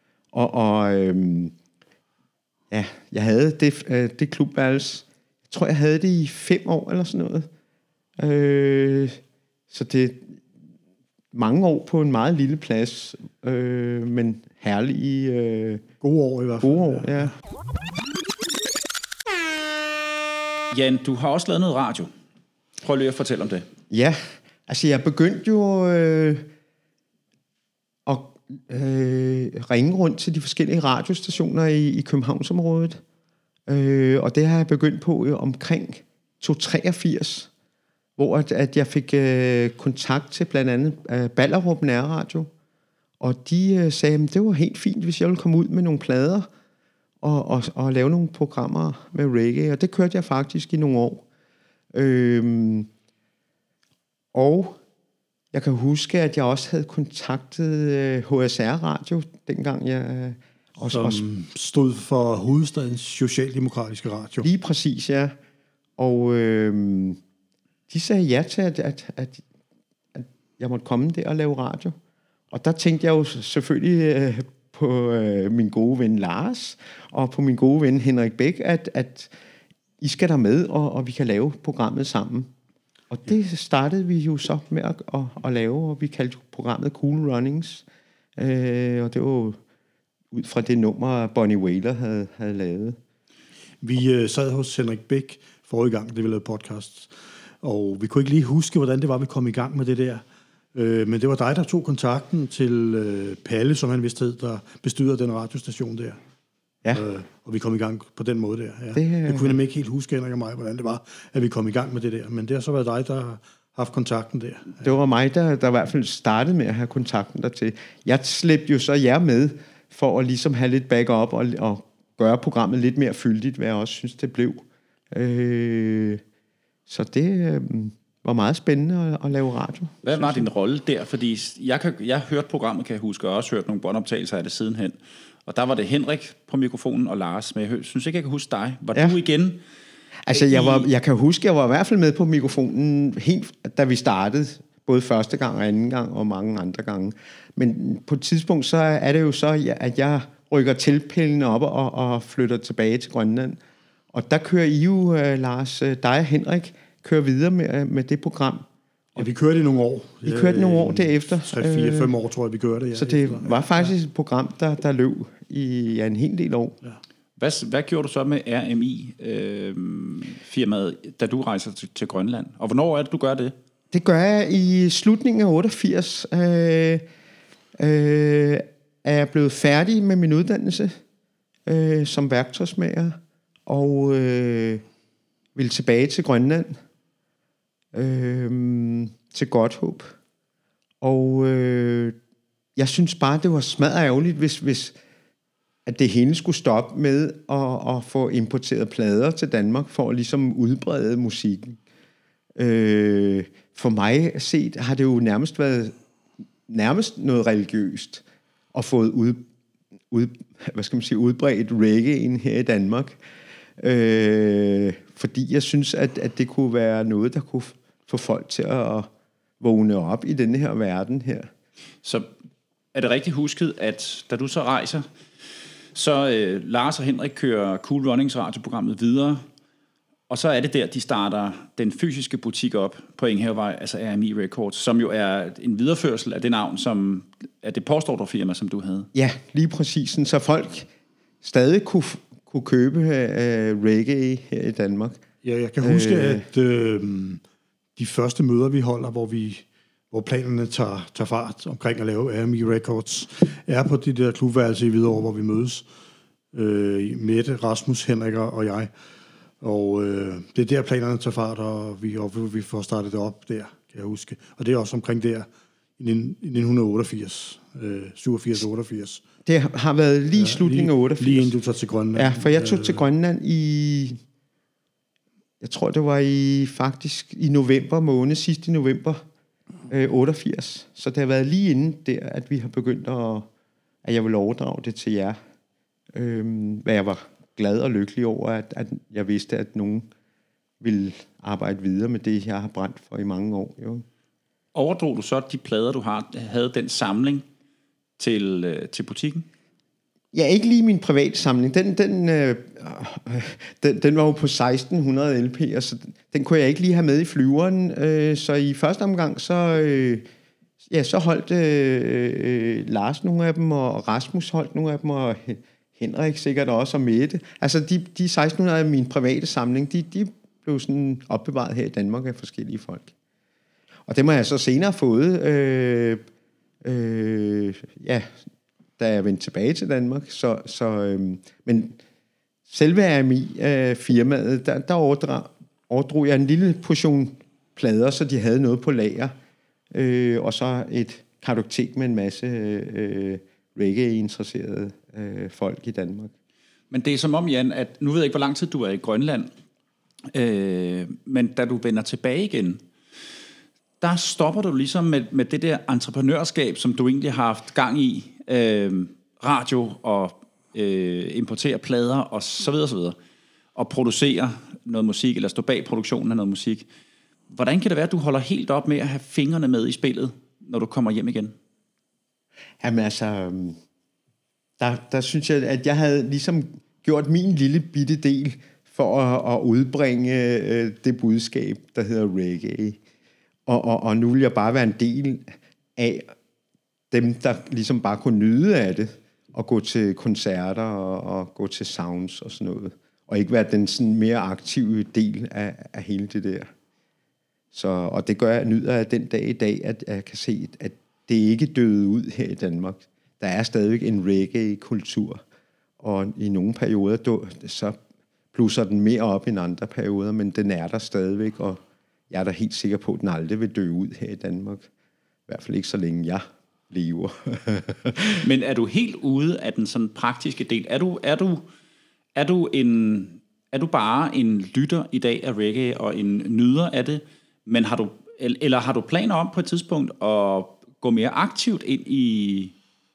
Ja, jeg havde det klubværelse. Jeg tror, jeg havde det i 5 år eller sådan noget. Så det mange år på en meget lille plads, men herlige gode år i hvert fald. Gode år, ja. Jan, du har også lavet noget radio. Prøv lige at fortælle om det. Ja, altså jeg begyndte jo at ringe rundt til de forskellige radiostationer i Københavnsområdet, Og det har jeg begyndt på omkring 283, hvor at jeg fik kontakt til blandt andet Ballerup Nærradio, og de sagde, at det var helt fint, hvis jeg ville komme ud med nogle plader og lave nogle programmer med reggae, og det kørte jeg faktisk i nogle år. Og jeg kan huske, at jeg også havde kontaktet HSR Radio, dengang jeg... Som stod for Hovedstadens Socialdemokratiske Radio. Lige præcis, ja. Og de sagde ja til, at jeg måtte komme der og lave radio. Og der tænkte jeg jo selvfølgelig på min gode ven Lars, og på min gode ven Henrik Bæk, at I skal der med, og vi kan lave programmet sammen. Og det startede vi jo så med at lave, og vi kaldte programmet Cool Runnings. Og det var ud fra det nummer, Bonnie Wailer havde lavet. Vi sad hos Henrik Bæk forrige gang, det vi lavede podcast, og vi kunne ikke lige huske, hvordan det var, vi kom i gang med det der. Men det var dig, der tog kontakten til Palle, som han vist hed, der bestyrede den radiostation der. Ja. Og vi kom i gang på den måde der. Ja. Jeg kunne nemlig ikke helt huske, Henrik og mig, hvordan det var, at vi kom i gang med det der. Men det har så været dig, der har haft kontakten der. Ja. Det var mig, der i hvert fald startede med at have kontakten dertil. Jeg slæbte jo så jer med, for at ligesom have lidt backup og gøre programmet lidt mere fyldigt, hvad jeg også synes, det blev. Så det var meget spændende at lave radio. Hvad var din rolle der? Fordi jeg hørte programmet, kan jeg huske, og også hørt nogle båndoptagelser af det sidenhen. Og der var det Henrik på mikrofonen og Lars, men jeg synes ikke, jeg kan huske dig. Var du igen? Altså, jeg kan huske, jeg var i hvert fald med på mikrofonen, helt da vi startede, både første gang og anden gang, og mange andre gange. Men på et tidspunkt, så er det jo så, at jeg rykker tilpælene op og flytter tilbage til Grønland. Og der kører I jo, Lars, dig og Henrik, kører videre med det program. Ja, vi kørte i nogle år. Vi kørte nogle år derefter. 3-4-5 år, tror jeg, vi kørte. Ja, så det var faktisk et program, der løb i en hel del år. Ja. Hvad gjorde du så med RMI-firmaet, da du rejser til Grønland? Og hvornår er det, du gør det? Det gør jeg i slutningen af 88. Er jeg blevet færdig med min uddannelse som værktøjsmager, og ville tilbage til Grønland, til Godthåb. Og jeg synes bare, det var smadret ærgerligt, hvis at det hele skulle stoppe med at få importeret plader til Danmark, for at ligesom udbrede musikken. For mig set har det jo nærmest været noget religiøst at få udbredt reggae her i Danmark. Fordi jeg synes, at det kunne være noget, der kunne få folk til at vågne op i denne her verden her. Så er det rigtigt husket, at da du så rejser, så Lars og Henrik kører Cool Runnings radioprogrammet videre, og så er det der, de starter den fysiske butik op på Enghavevej, altså RMI Records, som jo er en videreførsel af det navn, som er det postordrefirma, som du havde. Ja, lige præcis. Så folk stadig kunne købe reggae her i Danmark. Ja, jeg kan huske, at de første møder, vi holder, hvor planerne tager fart omkring at lave RMI Records, er på de der klubværelser i Hvidovre, hvor vi mødes. Mette, Rasmus, Henrik og jeg. Og det er der planerne tager fart, og vi får startet det op der, kan jeg huske. Og det er også omkring der i 1988, 87-88. Det har været lige slutningen af 88. Lige inden du tager til Grønland. Ja, for jeg tog til Grønland jeg tror det var faktisk i november måned, sidst i november 88. Så det har været lige inden der, at vi har begyndt at jeg vil overdrage det til jer. Hvad jeg var glad og lykkelig over, at jeg vidste, at nogen ville arbejde videre med det, jeg har brændt for i mange år. Jo. Overdrog du så de plader, du havde den samling til butikken? Ja, ikke lige min private samling. Den var jo på 1600 LP'er, så den kunne jeg ikke lige have med i flyveren. Så i første omgang, så holdt Lars nogle af dem, og Rasmus holdt nogle af dem, og Henrik sikkert også, og Mette. Altså de 1600 af min private samling, de blev sådan opbevaret her i Danmark af forskellige folk. Og det må jeg så senere fået, da jeg vendte tilbage til Danmark. Men selve AMI-firmaet, der overdrog jeg en lille portion plader, så de havde noget på lager, og så et kartotek med en masse reggae-interesserede folk i Danmark. Men det er som om, Jan, at nu ved jeg ikke, hvor lang tid du er i Grønland, men da du vender tilbage igen, der stopper du ligesom med det der entreprenørskab, som du egentlig har haft gang i, radio og importere plader og så videre, og producere noget musik, eller stå bag produktionen af noget musik. Hvordan kan det være, at du holder helt op med at have fingrene med i spillet, når du kommer hjem igen? Jamen altså, der synes jeg, at jeg havde ligesom gjort min lille bitte del for at udbringe det budskab, der hedder reggae. Og nu vil jeg bare være en del af dem, der ligesom bare kunne nyde af det, og gå til koncerter og gå til sounds og sådan noget. Og ikke være den sådan mere aktive del af hele det der. Og det gør jeg nyder af den dag i dag, at jeg kan se, at det ikke døde ud her i Danmark. Der er stadigvæk en reggae-kultur, og i nogle perioder, så blusser den mere op end andre perioder, men den er der stadigvæk, og jeg er da helt sikker på, at den aldrig vil dø ud her i Danmark. I hvert fald ikke så længe jeg lever. Men er du helt ude af den sådan praktiske del? Er du bare en lytter i dag af reggae og en nyder af det? Men har du planer om på et tidspunkt at gå mere aktivt ind i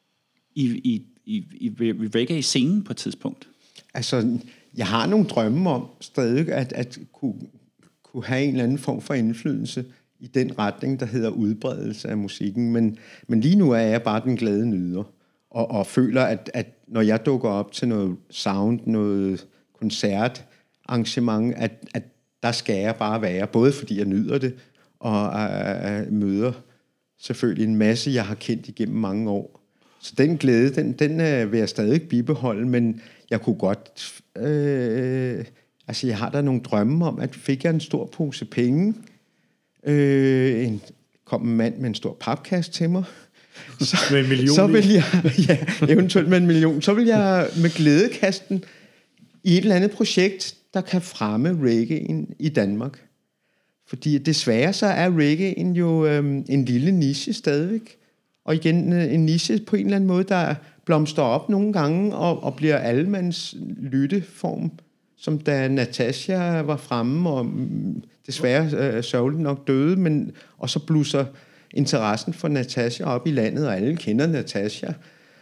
reggae-scenen på et tidspunkt? Altså, jeg har nogle drømme om stadig at kunne have en eller anden form for indflydelse i den retning, der hedder udbredelse af musikken. Men lige nu er jeg bare den glade nyder, og føler, at når jeg dukker op til noget sound, noget koncertarrangement, at der skal jeg bare være, både fordi jeg nyder det, og møder selvfølgelig en masse, jeg har kendt igennem mange år. Så den glæde, den vil jeg stadig bibeholde, men jeg kunne godt... jeg har da nogle drømme om, at fik jeg en stor pose penge, kom en mand med en stor papkasse til mig, med en million så vil jeg, eventuelt med 1 million, så vil jeg med glæde kaste den i et eller andet projekt, der kan fremme reggaen i Danmark. Fordi desværre så er reggaen jo en lille niche stadigvæk. Og igen en niche på en eller anden måde, der blomster op nogle gange og bliver allemands lytteform, som da Natasha var fremme og desværre sørgeligt nok døde, og så blusser interessen for Natasha op i landet, og alle kender Natasha.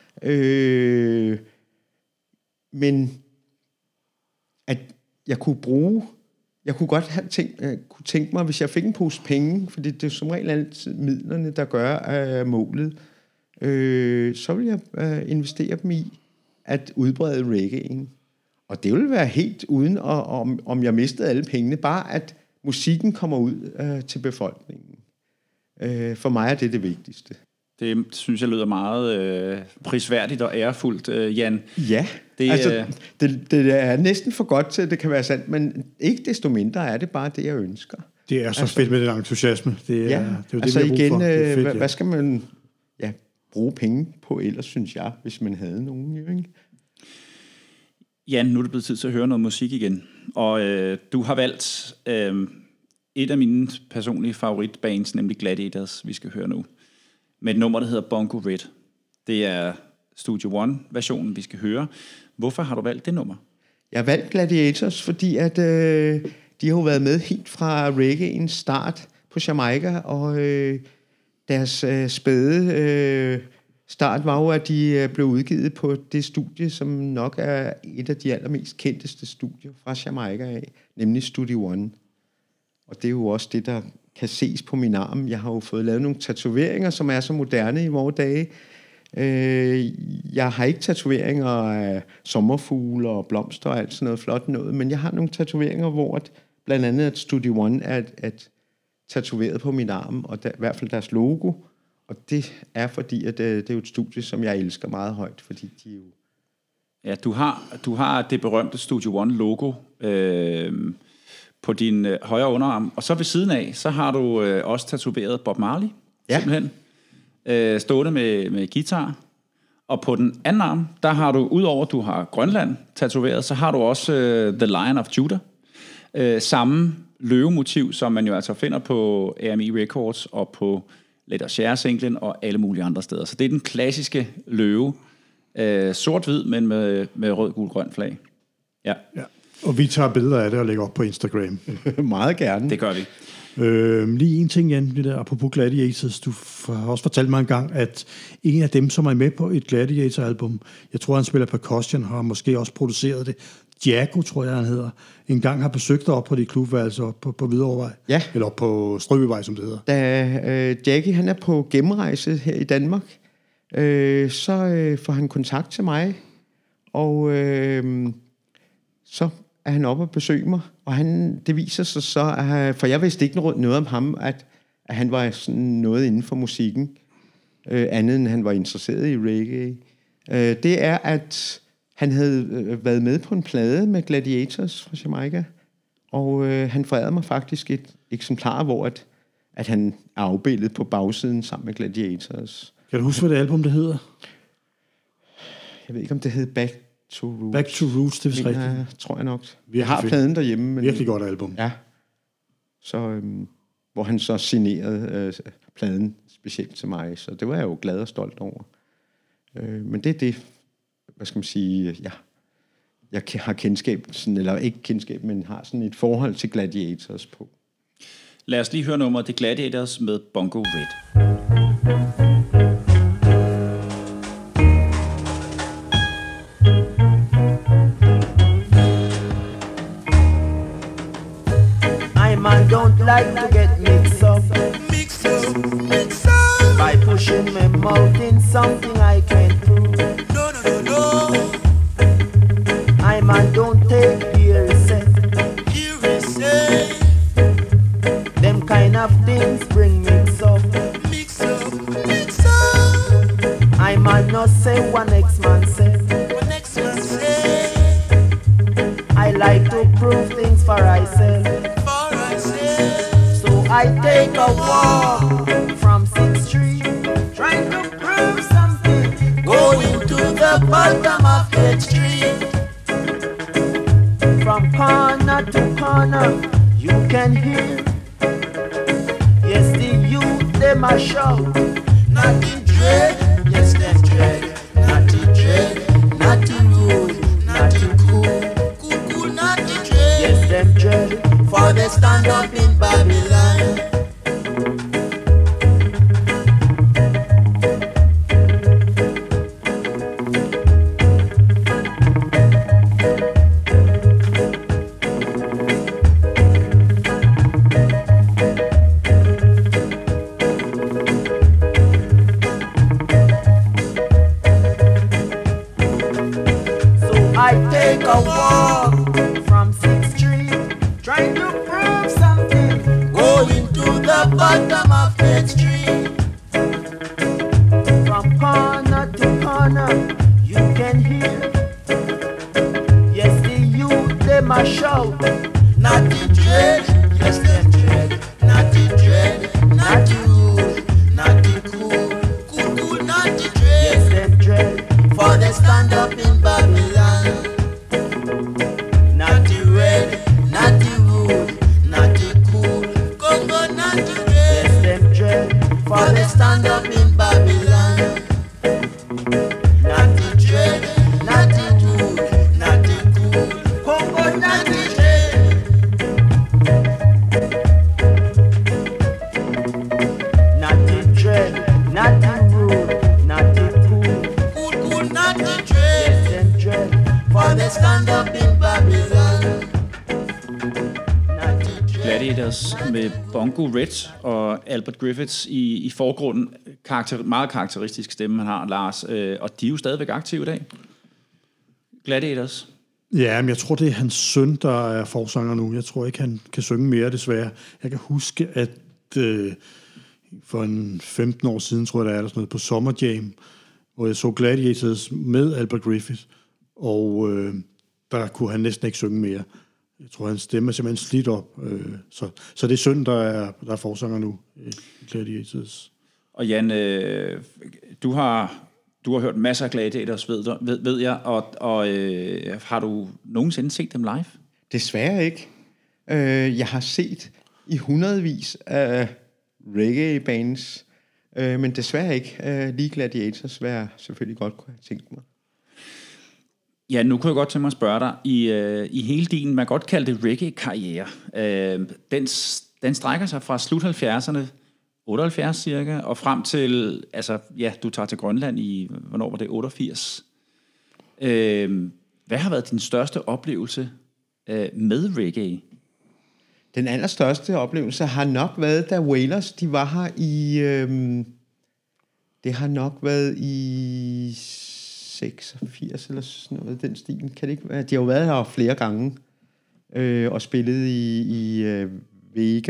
Men at jeg kunne godt have tænkt mig, hvis jeg fik en pose penge, fordi det er som regel altid midlerne, der gør målet, så vil jeg investere dem i at udbrede reggaen. Og det vil være helt uden, om jeg mistede alle pengene, bare at musikken kommer ud til befolkningen. For mig er det vigtigste. Det synes jeg lyder meget prisværdigt og ærefuldt, Jan. Ja, det er næsten for godt til, at det kan være sandt, men ikke desto mindre er det bare det, jeg ønsker. Det er så fedt med den entusiasme. Det er jo det, vi igen, fedt, hvad skal man bruge penge på ellers, synes jeg, hvis man havde nogen, ikke? Jan, nu er det blevet tid til at høre noget musik igen, og du har valgt et af mine personlige favoritbands, nemlig Gladiators, vi skal høre nu, med et nummer, der hedder Bongo Red. Det er Studio One-versionen, vi skal høre. Hvorfor har du valgt det nummer? Jeg har valgt Gladiators, fordi at de har jo været med helt fra reggaeens start på Jamaica, og deres spæde start var jo, at de blev udgivet på det studie, som nok er et af de allermest kendteste studier fra Jamaica af, nemlig Studio One. Og det er jo også det, der kan ses på min arm. Jeg har jo fået lavet nogle tatoveringer, som er så moderne i vores dage. Jeg har ikke tatoveringer af sommerfugle og blomster og alt sådan noget flot noget, men jeg har nogle tatoveringer, hvor blandt andet at Studio One er tatoveret på min arm, og i hvert fald deres logo. Og det er fordi, at det er jo et studie, som jeg elsker meget højt, fordi de jo... Ja, du har det berømte Studio One-logo på din højre underarm, og så ved siden af, så har du også tatoveret Bob Marley, simpelthen, stående med guitar, Og på den anden arm, der har du, udover at du har Grønland tatoveret, så har du også The Lion of Judah. Samme løvemotiv, som man jo altså finder på AMI Records og på Let Us Share singlen og alle mulige andre steder. Så det er den klassiske løve. Sort-hvid, men med rød, gul, grøn flag. Ja. Og vi tager billeder af det og lægger op på Instagram. Meget gerne. Det gør vi. Lige en ting, Jan, det der apropos Gladiators. Du har også fortalt mig en gang, at en af dem, som er med på et Gladiator-album, jeg tror, han spiller percussion, har måske også produceret det. Jaco, tror jeg, han hedder. En gang har besøgt dig op på dit klubværelse op på Hvidovre. Ja. Eller på Strøbyvej, som det hedder. Da Jackie, han er på gennemrejse her i Danmark, så får han kontakt til mig, og så er han oppe og besøge mig, og det viser sig så, for jeg vidste ikke noget om ham, at han var sådan noget inden for musikken, andet end han var interesseret i reggae. Det er, at han havde været med på en plade med Gladiators fra Jamaica, og han forærede mig faktisk et eksemplar, hvor at han er afbildet på bagsiden sammen med Gladiators. Kan du huske, hvad det album det hedder? Jeg ved ikke, om det hed Back to Roots. Back to Roots, det er vist rigtigt. Tror jeg nok. Virkelig Jeg har fedt. pladen derhjemme. Men, Virkelig godt album. Ja. Så, hvor han så signerede pladen specielt til mig, så det var jeg jo glad og stolt over. Men det er det, hvad skal man sige, jeg har kendskab, sådan, eller ikke kendskab, men har sådan et forhold til Gladiators på. Lad os lige høre nummeret The Gladiators med Bongo Red. Man don't like to get mixed up by pushing my mouth in something I can't prove. No. I man don't take hearsay. Them kind of things bring mix up. I man not say what next man say. I like to prove things for myself. I take a walk from 6th Street, trying to prove something, going to the bottom of 8th Street. From corner to corner, you can hear, yes, the youth, them a shout, not the dread, yes, them dread, not the dread, not the rude, not the cool, not the dread, yes, them dread, for they stand up in Babylon. I take a walk from 6th Street, trying to prove something, going to the bottom of 8th Street. From corner to corner, you can hear, yes, the youth, them a shout, not the dread, yes, them dread, not the dread, not the rude, not the cool, not the dread, yes, them dread, for they stand up in Babylon. Not the red, not the rude, not the cool, Congo, not the red, yes, them dread, for they stand up in Babylon. Not the dread, not the rude, not the cool, Congo, not the dread. Not the dread, not the rude, not the cool, not the dread, yes, them dread, for they stand up in Babylon. Gladiators med Bongo Red og Albert Griffiths i forgrunden. Meget karakteristisk stemme, han har, Lars. Og de er jo stadigvæk aktive i dag. Gladiators. Ja, men jeg tror, det er hans søn, der er forsanger nu. Jeg tror ikke, han kan synge mere, desværre. Jeg kan huske, at for en 15 år siden, tror jeg, der er sådan noget på Summer Jam, hvor jeg så Gladiators med Albert Griffith, og der kunne han næsten ikke synge mere. Jeg tror, hans stemme er simpelthen slidt op. Så det er søn, der er forsanger nu i Gladiators. Og Jan, du har Du har hørt masser af Gladiators, ved jeg, og har du nogensinde set dem live? Desværre ikke. Jeg har set i hundredvis af reggae-bands, men desværre ikke. Lige Gladiators, hvad jeg selvfølgelig godt kunne have tænkt mig. Ja, nu kunne jeg godt tænke mig at spørge dig, i hele din, man kan godt kalde det reggae-karriere, den strækker sig fra slut 70'erne, 78 cirka, og frem til, altså, ja, du tager til Grønland i, hvornår var det, 88. Hvad har været din største oplevelse med reggae? Den allerstørste oplevelse har nok været, da Wailers, de var her i, det har nok været i 86 eller sådan noget, den stil. Kan det ikke være? De har jo været her flere gange, og spillet i Vega.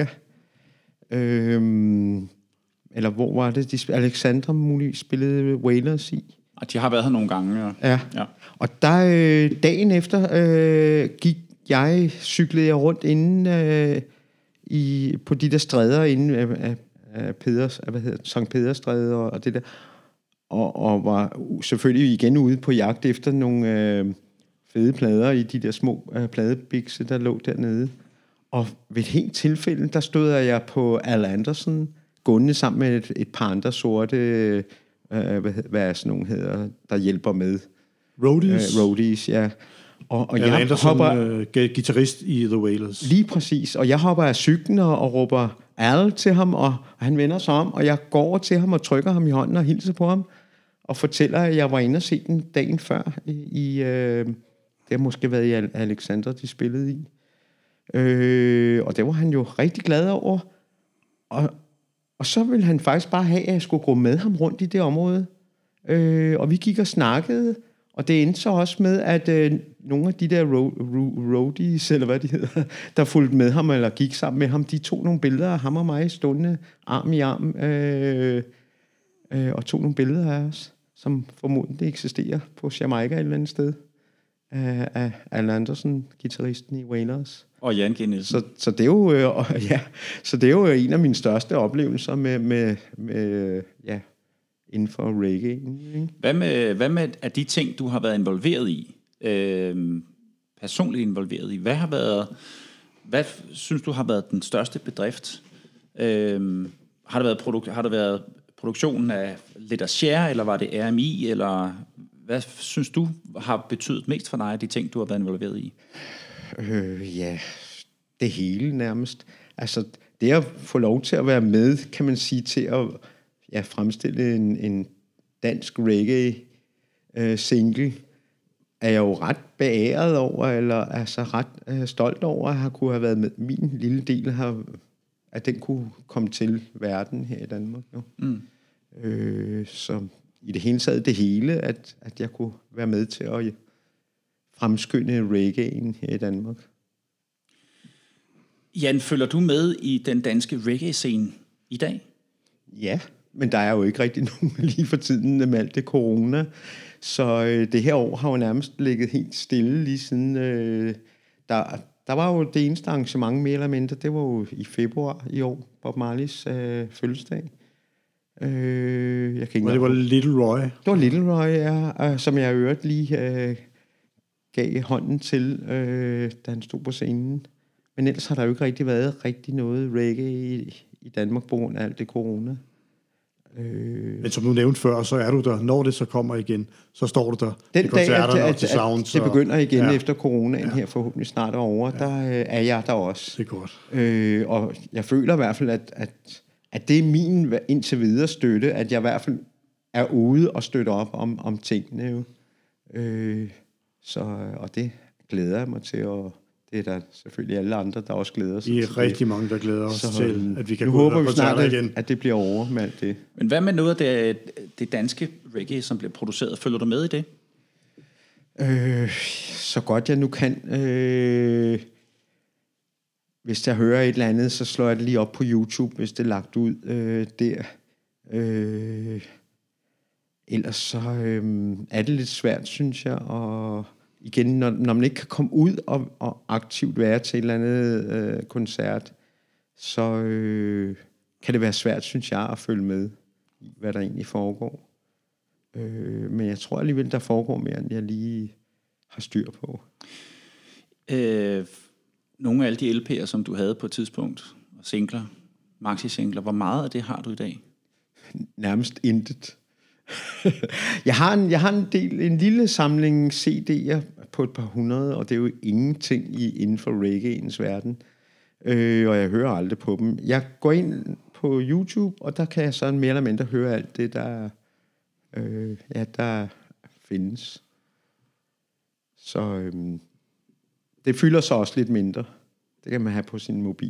Eller hvor var det? Alexandra muligt spillede Wailers i. Og de har været her nogle gange. Ja. Og der dagen efter cyklede jeg rundt inde på de der stræder inde af Peders, Sankt Peders Stræde og det der, og var selvfølgelig igen ude på jagt efter nogle fede plader i de der små pladebikse, der lå dernede. Og ved et helt tilfælde, der stod jeg på Al Anderson, gående sammen med et par andre sorte, hvad sådan nogle hedder, der hjælper med. Roadies, ja. Og Al Anderson, guitarist i The Wailers. Lige præcis. Og jeg hopper af cyklen og råber Al til ham, og han vender sig om, og jeg går over til ham og trykker ham i hånden og hilser på ham, og fortæller, at jeg var inde og se den dagen før. Det har måske været i Alexandra, de spillede i. Og det var han jo rigtig glad over. Og så ville han faktisk bare have, at jeg skulle gå med ham rundt i det område. Og vi gik og snakkede, og det endte så også med, at nogle af de der roadies, eller hvad de hedder, der fulgte med ham, eller gik sammen med ham, de tog nogle billeder af ham og mig stående arm i arm, og tog nogle billeder af os, som formodentlig eksisterer på Jamaica et eller andet sted, af Al Anderson, guitaristen i Wailers. Og Jan G. Nielsen. Så det er jo, så det er jo en af mine største oplevelser med inden for reggae. Ikke? Hvad med af de ting, du har været involveret i, personligt involveret i, hvad synes du har været den største bedrift? Har det været produktionen af Let Us Share, eller var det RMI, eller hvad synes du har betydet mest for dig, de ting, du har været involveret i? Det hele nærmest. Altså, det at få lov til at være med, kan man sige, til at fremstille en dansk reggae single, er jeg jo ret beæret over, eller altså ret stolt over, at jeg kunne have været med. Min lille del at den kunne komme til verden her i Danmark. Jo. Så i det hele taget det hele, at jeg kunne være med til at fremskynde reggaen her i Danmark. Jan, følger du med i den danske reggae-scene i dag? Ja, men der er jo ikke rigtig nogen lige for tiden med alt det corona. Så det her år har jo nærmest ligget helt stille lige siden. Der var jo det eneste arrangement mere eller mindre, det var jo i februar i år, Bob Marleys fødselsdag. Det var Little Roy. Det var Little Roy, ja, som jeg øvrigt lige gav hånden til, da han stod på scenen. Men ellers har der jo ikke rigtig noget reggae i Danmark på grund af alt det corona. Men som du nævnte før, så er du der. Når det så kommer igen, så står du der den til koncerterne og til sounds. Det begynder igen efter coronaen her forhåbentlig snart over. Ja. Der er jeg der også. Det er godt. Og jeg føler i hvert fald, at det er min indtil videre støtte, at jeg i hvert fald er ude og støtte op om tingene. Og det glæder jeg mig til, og det er der selvfølgelig alle andre, der også glæder sig. Vi er rigtig mange, der glæder os til, at vi kan gå ud og snart igen. At det bliver over med alt det. Men hvad med noget af det danske reggae, som bliver produceret? Følger du med i det? Så godt jeg nu kan. Hvis jeg hører et eller andet, så slår jeg det lige op på YouTube, hvis det er lagt ud der. Ellers så er det lidt svært, synes jeg, og igen, når man ikke kan komme ud og aktivt være til et eller andet koncert, så kan det være svært, synes jeg, at følge med i, hvad der egentlig foregår. Men jeg tror alligevel, der foregår mere, end jeg lige har styr på. Nogle af alle de LP'er, som du havde på et tidspunkt, og singler, maxi-singler, hvor meget af det har du i dag? Nærmest intet. Jeg har en lille samling CD'er på et par hundrede, og det er jo ingenting inden for reggaeens verden. Og jeg hører aldrig på dem. Jeg går ind på YouTube, og der kan jeg sådan mere eller mindre høre alt det, der findes. Så det fylder så også lidt mindre. Det kan man have på sin mobil.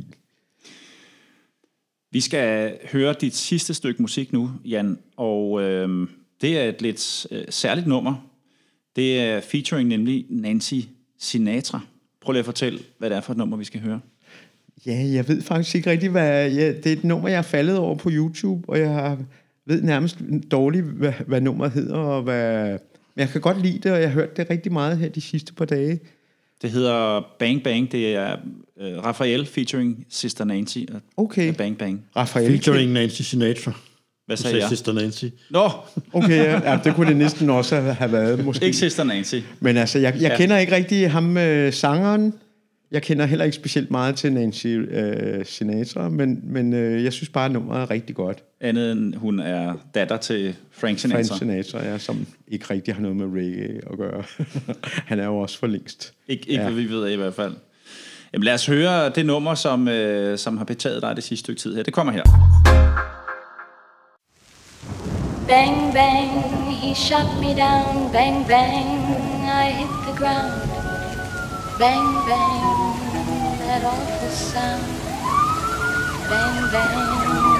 Vi skal høre dit sidste stykke musik nu, Jan, og det er et lidt særligt nummer. Det er featuring nemlig Nancy Sinatra. Prøv lige at fortælle, hvad det er for et nummer, vi skal høre. Ja, jeg ved faktisk ikke rigtig, det er et nummer, jeg er faldet over på YouTube, og jeg ved nærmest dårligt, hvad nummeret hedder, men jeg kan godt lide det, og jeg har hørt det rigtig meget her de sidste par dage. Det hedder Bang Bang. Det er Raphael featuring Sister Nancy. Okay. Bang Bang. Raphael featuring Nancy Sinatra. Hvad sagde jeg? Sister Nancy. Nå! Okay, ja, det kunne det næsten også have været, måske. Ikke Sister Nancy. Men altså, jeg kender ikke rigtig ham, sangeren. Jeg kender heller ikke specielt meget til Nancy Sinatra, men jeg synes bare, at nummeret er rigtig godt. Andet end hun er datter til Frank Sinatra. Frank Sinatra, ja, som ikke rigtig har noget med reggae at gøre. Han er jo også for længst. Ikke hvad vi ved af i hvert fald. Jamen lad os høre det nummer, som har betaget dig det sidste stykke tid her. Det kommer her. Bang, bang, he shot me down. Bang, bang, I hit the ground. Bang, bang, that awful sound. Bang, bang,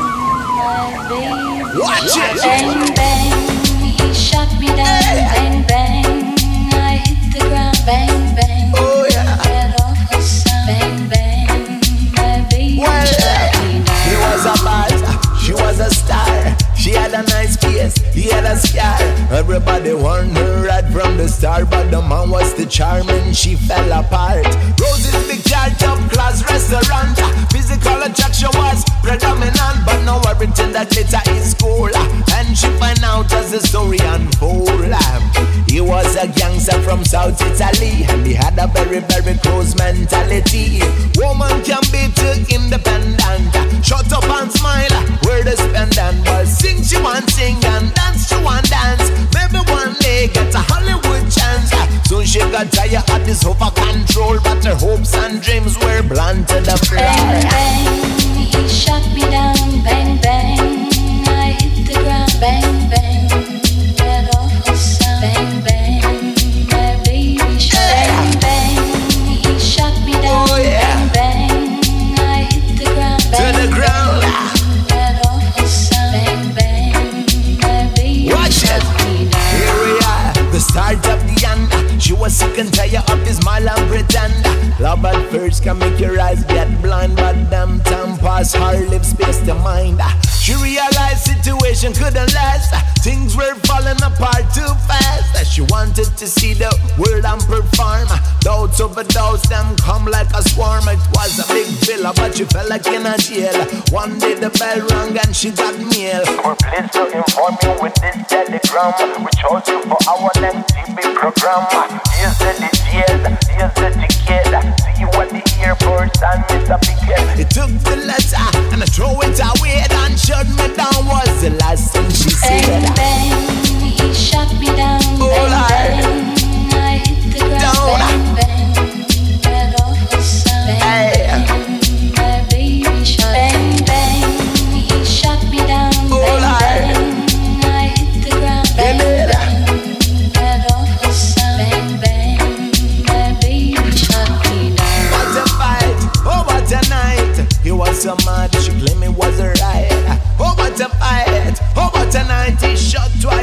my baby. Watch it! Bang, bang, he shot me down. Bang, bang, I hit the ground. Bang, bang, Oh yeah. that awful sound. Bang, bang, my baby shot me down. He was a buzz, she was a star. She had a nice face, he had a scar. Everybody warned her right from the start, but the man was the charm and she fell apart. Rose's big jar, top class restaurant. Physical attraction was predominant, but now everything that glitter is cool. And she find out as the story unfold. He was a gangster from South Italy, and he had a very, very close mentality. Woman can be too independent. Shut up and smile, where the spendant was. Sing she want sing and dance she want dance. Maybe one day get a Hollywood chance. Soon she got tired of this over control, but her hopes and dreams were blunt to the floor. Bang, bang, he shot me down. Bang, bang, I hit the ground. Bang, bang, that awful sound. Bang, bang, my baby shot. Bang, bang, he shot me down. Oh, yeah. Bang, bang, I hit the ground. To the ground. That awful sound. Bang, bang, my baby Watch it. shot me down. Here we are, the start of the end. She was sick and tired of his smile and pretend. Love at first can make your eyes get blind, but damn time pass, her lips space the mind. She realized situation couldn't last. Things were falling apart too fast. She wanted to see the world and perform. Doubts over doubts, them come like a swarm. It was a big villa, but she felt like in a jail. One day the bell rang and she got mail. We're pleased to inform you with this telegram. We chose you for our next TV program. Here's the details, here's the ticket. See you at the airport and Mr. Pickett. He took the letter and I throw it away and shut me down was the last thing she Bang, said. bang, he shot me down. Oh, Bang, Lord. bang, I hit the ground. Down. Bang, bang, that awful sound. Bang, Hey. bang, my baby shot. Bang, bang, he shot me down. Oh, Bang, Lord. bang, I hit the ground. Bang, Hey. bang, that awful sound. Bang, bang, my baby shot me down. What a fight, oh what a night. He was so mad, she claimed it was right. Oh what a fight, oh what a night. He shot twice.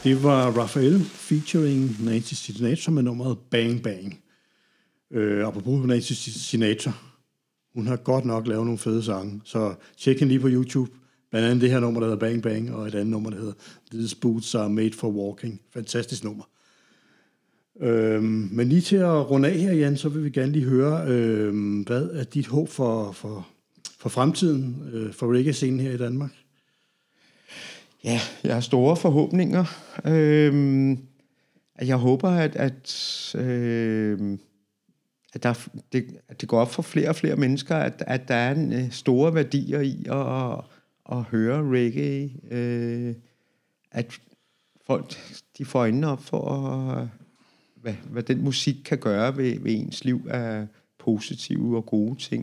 Det var Raphael featuring Nancy Sinatra med nummeret Bang Bang. Apropos Nancy Sinatra, hun har godt nok lavet nogle fede sange, så tjek hende lige på YouTube. Blandt andet det her nummer, der hedder Bang Bang, og et andet nummer, der hedder These Boots Are Made for Walking. Fantastisk nummer. Men lige til at runde af her, Jan, så vil vi gerne lige høre, hvad er dit håb for fremtiden for reggae-scenen her i Danmark? Ja, jeg har store forhåbninger. Jeg håber, at det går op for flere og flere mennesker, at der er en store værdier i at høre reggae. At folk de får øjnene op for, hvad den musik kan gøre ved ens liv af positive og gode ting.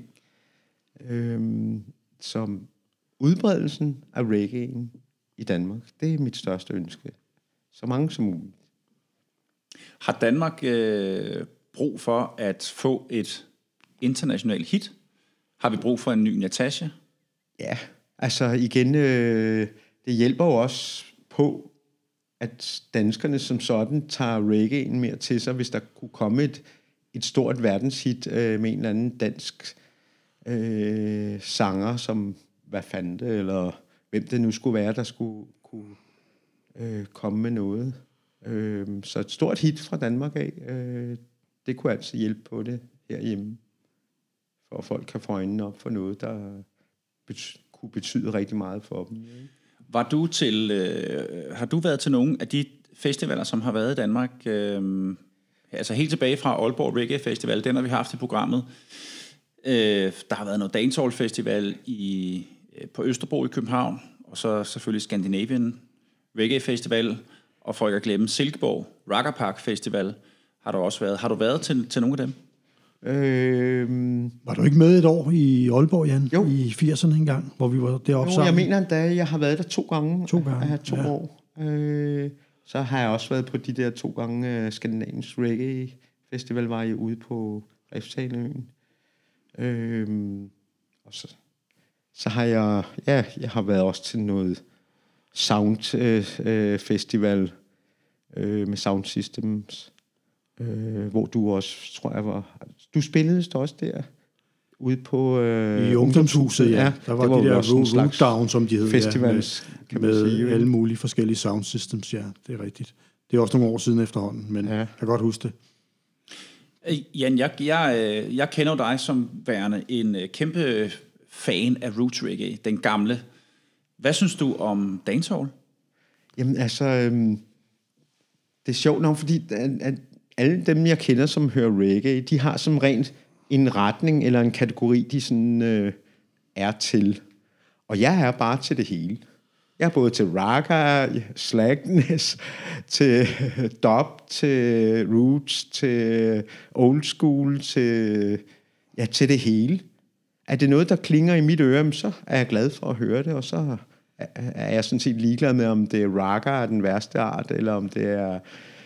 Som udbredelsen af reggaen i Danmark, det er mit største ønske. Så mange som muligt. Har Danmark brug for at få et internationalt hit? Har vi brug for en ny Natasha? Ja, altså igen, det hjælper jo også på, at danskerne som sådan tager reggaen mere til sig, hvis der kunne komme et stort verdenshit med en eller anden dansk sanger, som hvad fanden det, eller hvem det nu skulle være, der skulle kunne komme med noget. Så et stort hit fra Danmark af, det kunne altså hjælpe på det herhjemme. For at folk kan få øjnene op for noget, der kunne betyde rigtig meget for dem. Har du været til nogle af de festivaler, som har været i Danmark? Altså helt tilbage fra Aalborg Reggae Festival, den har vi haft i programmet. Der har været noget Dancehall Festival på Østerbro i København, og så selvfølgelig Scandinavian Reggae Festival, og for ikke at glemme Silkeborg Rocker Park Festival har du også været. Har du været til nogle af dem? Var du ikke med et år i Aalborg, Jan? Jo. I 80'erne engang, hvor vi var deroppe sammen? Jeg mener endda, jeg har været der 2 gange. 2 gange? Ja, 2 år. Så har jeg også været på de der 2 gange Scandinavians Reggae Festival, var jeg ude på Refshaleøen. Og så har jeg har været også til noget Sound Festival med Sound Systems, hvor du også, tror jeg var... Du spillede også der, ude på... I Ungdomshuset, ja. Der var de der Root Down, som de hed. Festivals, ja, med alle mulige forskellige Sound Systems, ja, det er rigtigt. Det er også nogle år siden efterhånden, men jeg kan godt huske det. Jan, jeg kender dig som værende en kæmpe fan af roots reggae, den gamle. Hvad synes du om dancehall? Jamen altså, det er sjovt nok, fordi at alle dem, jeg kender, som hører reggae, de har som rent en retning eller en kategori, de sådan er til. Og jeg er bare til det hele. Jeg er både til ragga, slackness, til dub, til roots, til old school, til det hele. Er det noget, der klinger i mit øre, så er jeg glad for at høre det, og så er jeg sådan set ligeglad med, om det er ragga af den værste art, eller om det er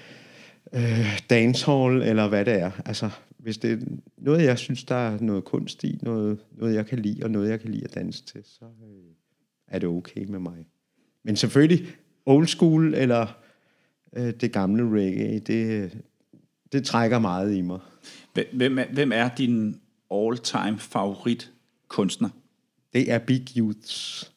dancehall, eller hvad det er. Altså, hvis det er noget, jeg synes, der er noget kunst i, noget jeg kan lide, og noget, jeg kan lide at danse til, så er det okay med mig. Men selvfølgelig, old school, eller det gamle reggae, det trækker meget i mig. Hvem er din all-time favorit kunstner? Det er Big Youths.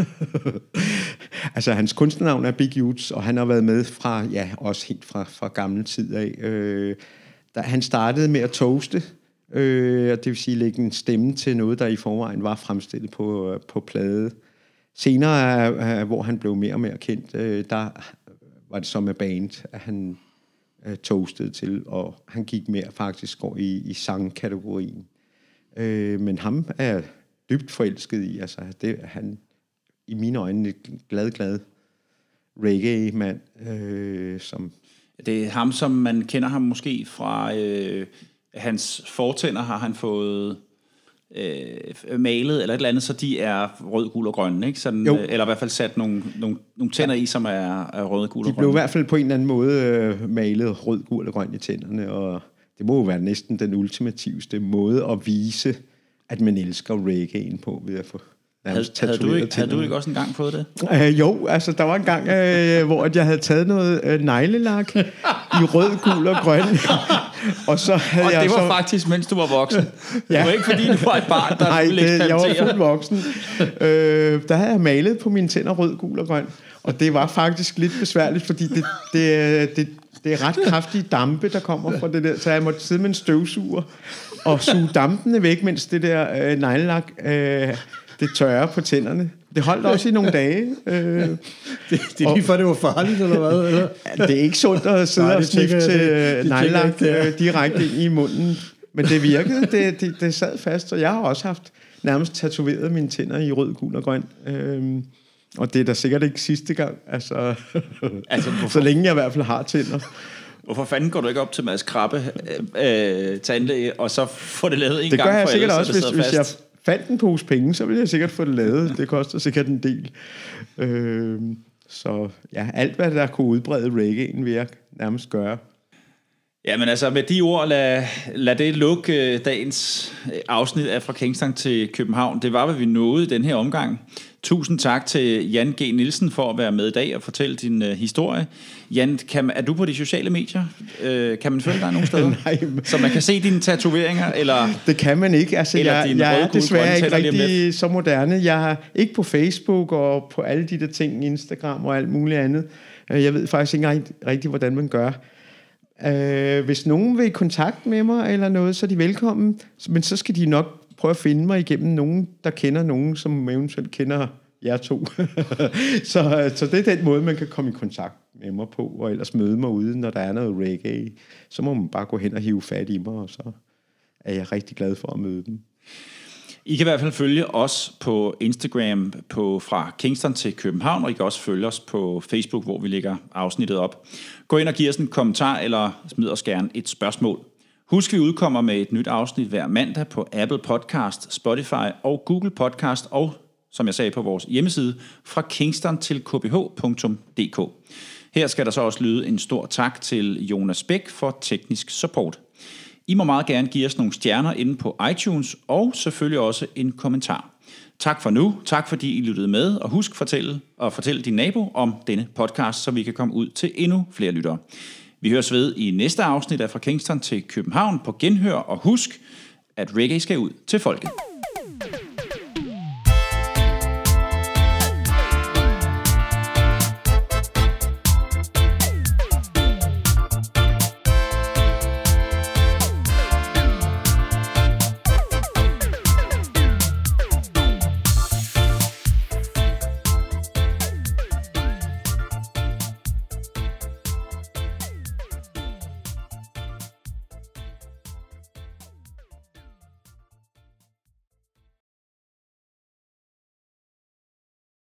Altså, hans kunstnernavn er Big Youths, og han har været med fra, også helt fra gamle tid af. Han startede med at toaste, det vil sige lægge en stemme til noget, der i forvejen var fremstillet på plade. Senere, hvor han blev mere og mere kendt, der var det så med band, at han toastede til, og han gik mere faktisk over i sangkategorien. Men ham er jeg dybt forelsket i. Altså, det er han i mine øjne et glad reggae-mand, som... Det er ham, som man kender ham måske fra hans fortænder har han fået malet eller et eller andet, så de er rød, gul og grønne, ikke? Sådan, eller i hvert fald sat nogle tænder i, som er røde, gul og grønne. De blev i hvert fald på en eller anden måde malet rød, gul og grøn i tænderne, og det må jo være næsten den ultimativste måde at vise, at man elsker reggaen på, ved at få Havde du ikke også engang fået det? Jo, altså der var en gang, hvor jeg havde taget noget neglelak i rød, gul og grøn. Og så havde og jeg det var så... faktisk, mens du var voksen. Ja. Det var ikke fordi, du var et barn, der Nej, ville jeg var eksperimentere. fuldt voksen. Der havde jeg malet på mine tænder rød, gul og grøn. Og det var faktisk lidt besværligt, fordi det er ret kraftige dampe, der kommer fra det der. Så jeg måtte sidde med en støvsuger og suge dampene væk, mens det der neglelak... det tørrer på tænderne. Det holdt også i nogle dage. Det er lige før, det var farligt, eller hvad? Eller? Det er ikke sundt at sidde og snifte til neglelak direkte ind i munden. Men det virkede. Det sad fast, og jeg har også haft nærmest tatoveret mine tænder i rød, gul og grøn. Og det er da sikkert ikke sidste gang. Altså så længe jeg i hvert fald har tænder. Hvorfor fanden går du ikke op til Mads Krabbe tandlæge, og så får det lavet en gang? Det gør jeg for sikkert ellers, også, hvis jeg fandt en pose penge, så ville jeg sikkert få det lavet. Det koster sikkert en del. Så ja, alt hvad der kunne udbrede reggaen, vil jeg nærmest gøre. Ja, men altså med de ord, lad det lukke dagens afsnit af Fra Kingston til København. Det var, hvad vi nåede i den her omgang. Tusind tak til Jan G. Nielsen for at være med i dag og fortælle din historie. Jan, er du på de sociale medier? Kan man følge dig nogle steder? Nej. Så man kan se dine tatoveringer? Eller, det kan man ikke. Altså, jeg er desværre ikke rigtig så moderne. Jeg er ikke på Facebook og på alle de der ting, Instagram og alt muligt andet. Jeg ved faktisk ikke rigtig, hvordan man gør. Hvis nogen vil i kontakt med mig eller noget, så er de velkommen. Men så skal de nok prøve at finde mig igennem nogen, der kender nogen, som eventuelt kender jer to. så det er den måde, man kan komme i kontakt med mig på, og ellers møde mig ude, når der er noget reggae. Så må man bare gå hen og hive fat i mig, og så er jeg rigtig glad for at møde dem. I kan i hvert fald følge os på Instagram Fra Kingston til København, og I kan også følge os på Facebook, hvor vi lægger afsnittet op. Gå ind og giv os en kommentar, eller smid os gerne et spørgsmål. Husk, vi udkommer med et nyt afsnit hver mandag på Apple Podcast, Spotify og Google Podcast, og som jeg sagde på vores hjemmeside, fra kingston til kbh.dk. Her skal der så også lyde en stor tak til Jonas Bæk for teknisk support. I må meget gerne give os nogle stjerner inde på iTunes, og selvfølgelig også en kommentar. Tak for nu, tak fordi I lyttede med, og husk fortælle din nabo om denne podcast, så vi kan komme ud til endnu flere lyttere. Vi høres ved i næste afsnit af Fra Kingston til København på genhør, og husk, at reggae skal ud til folket.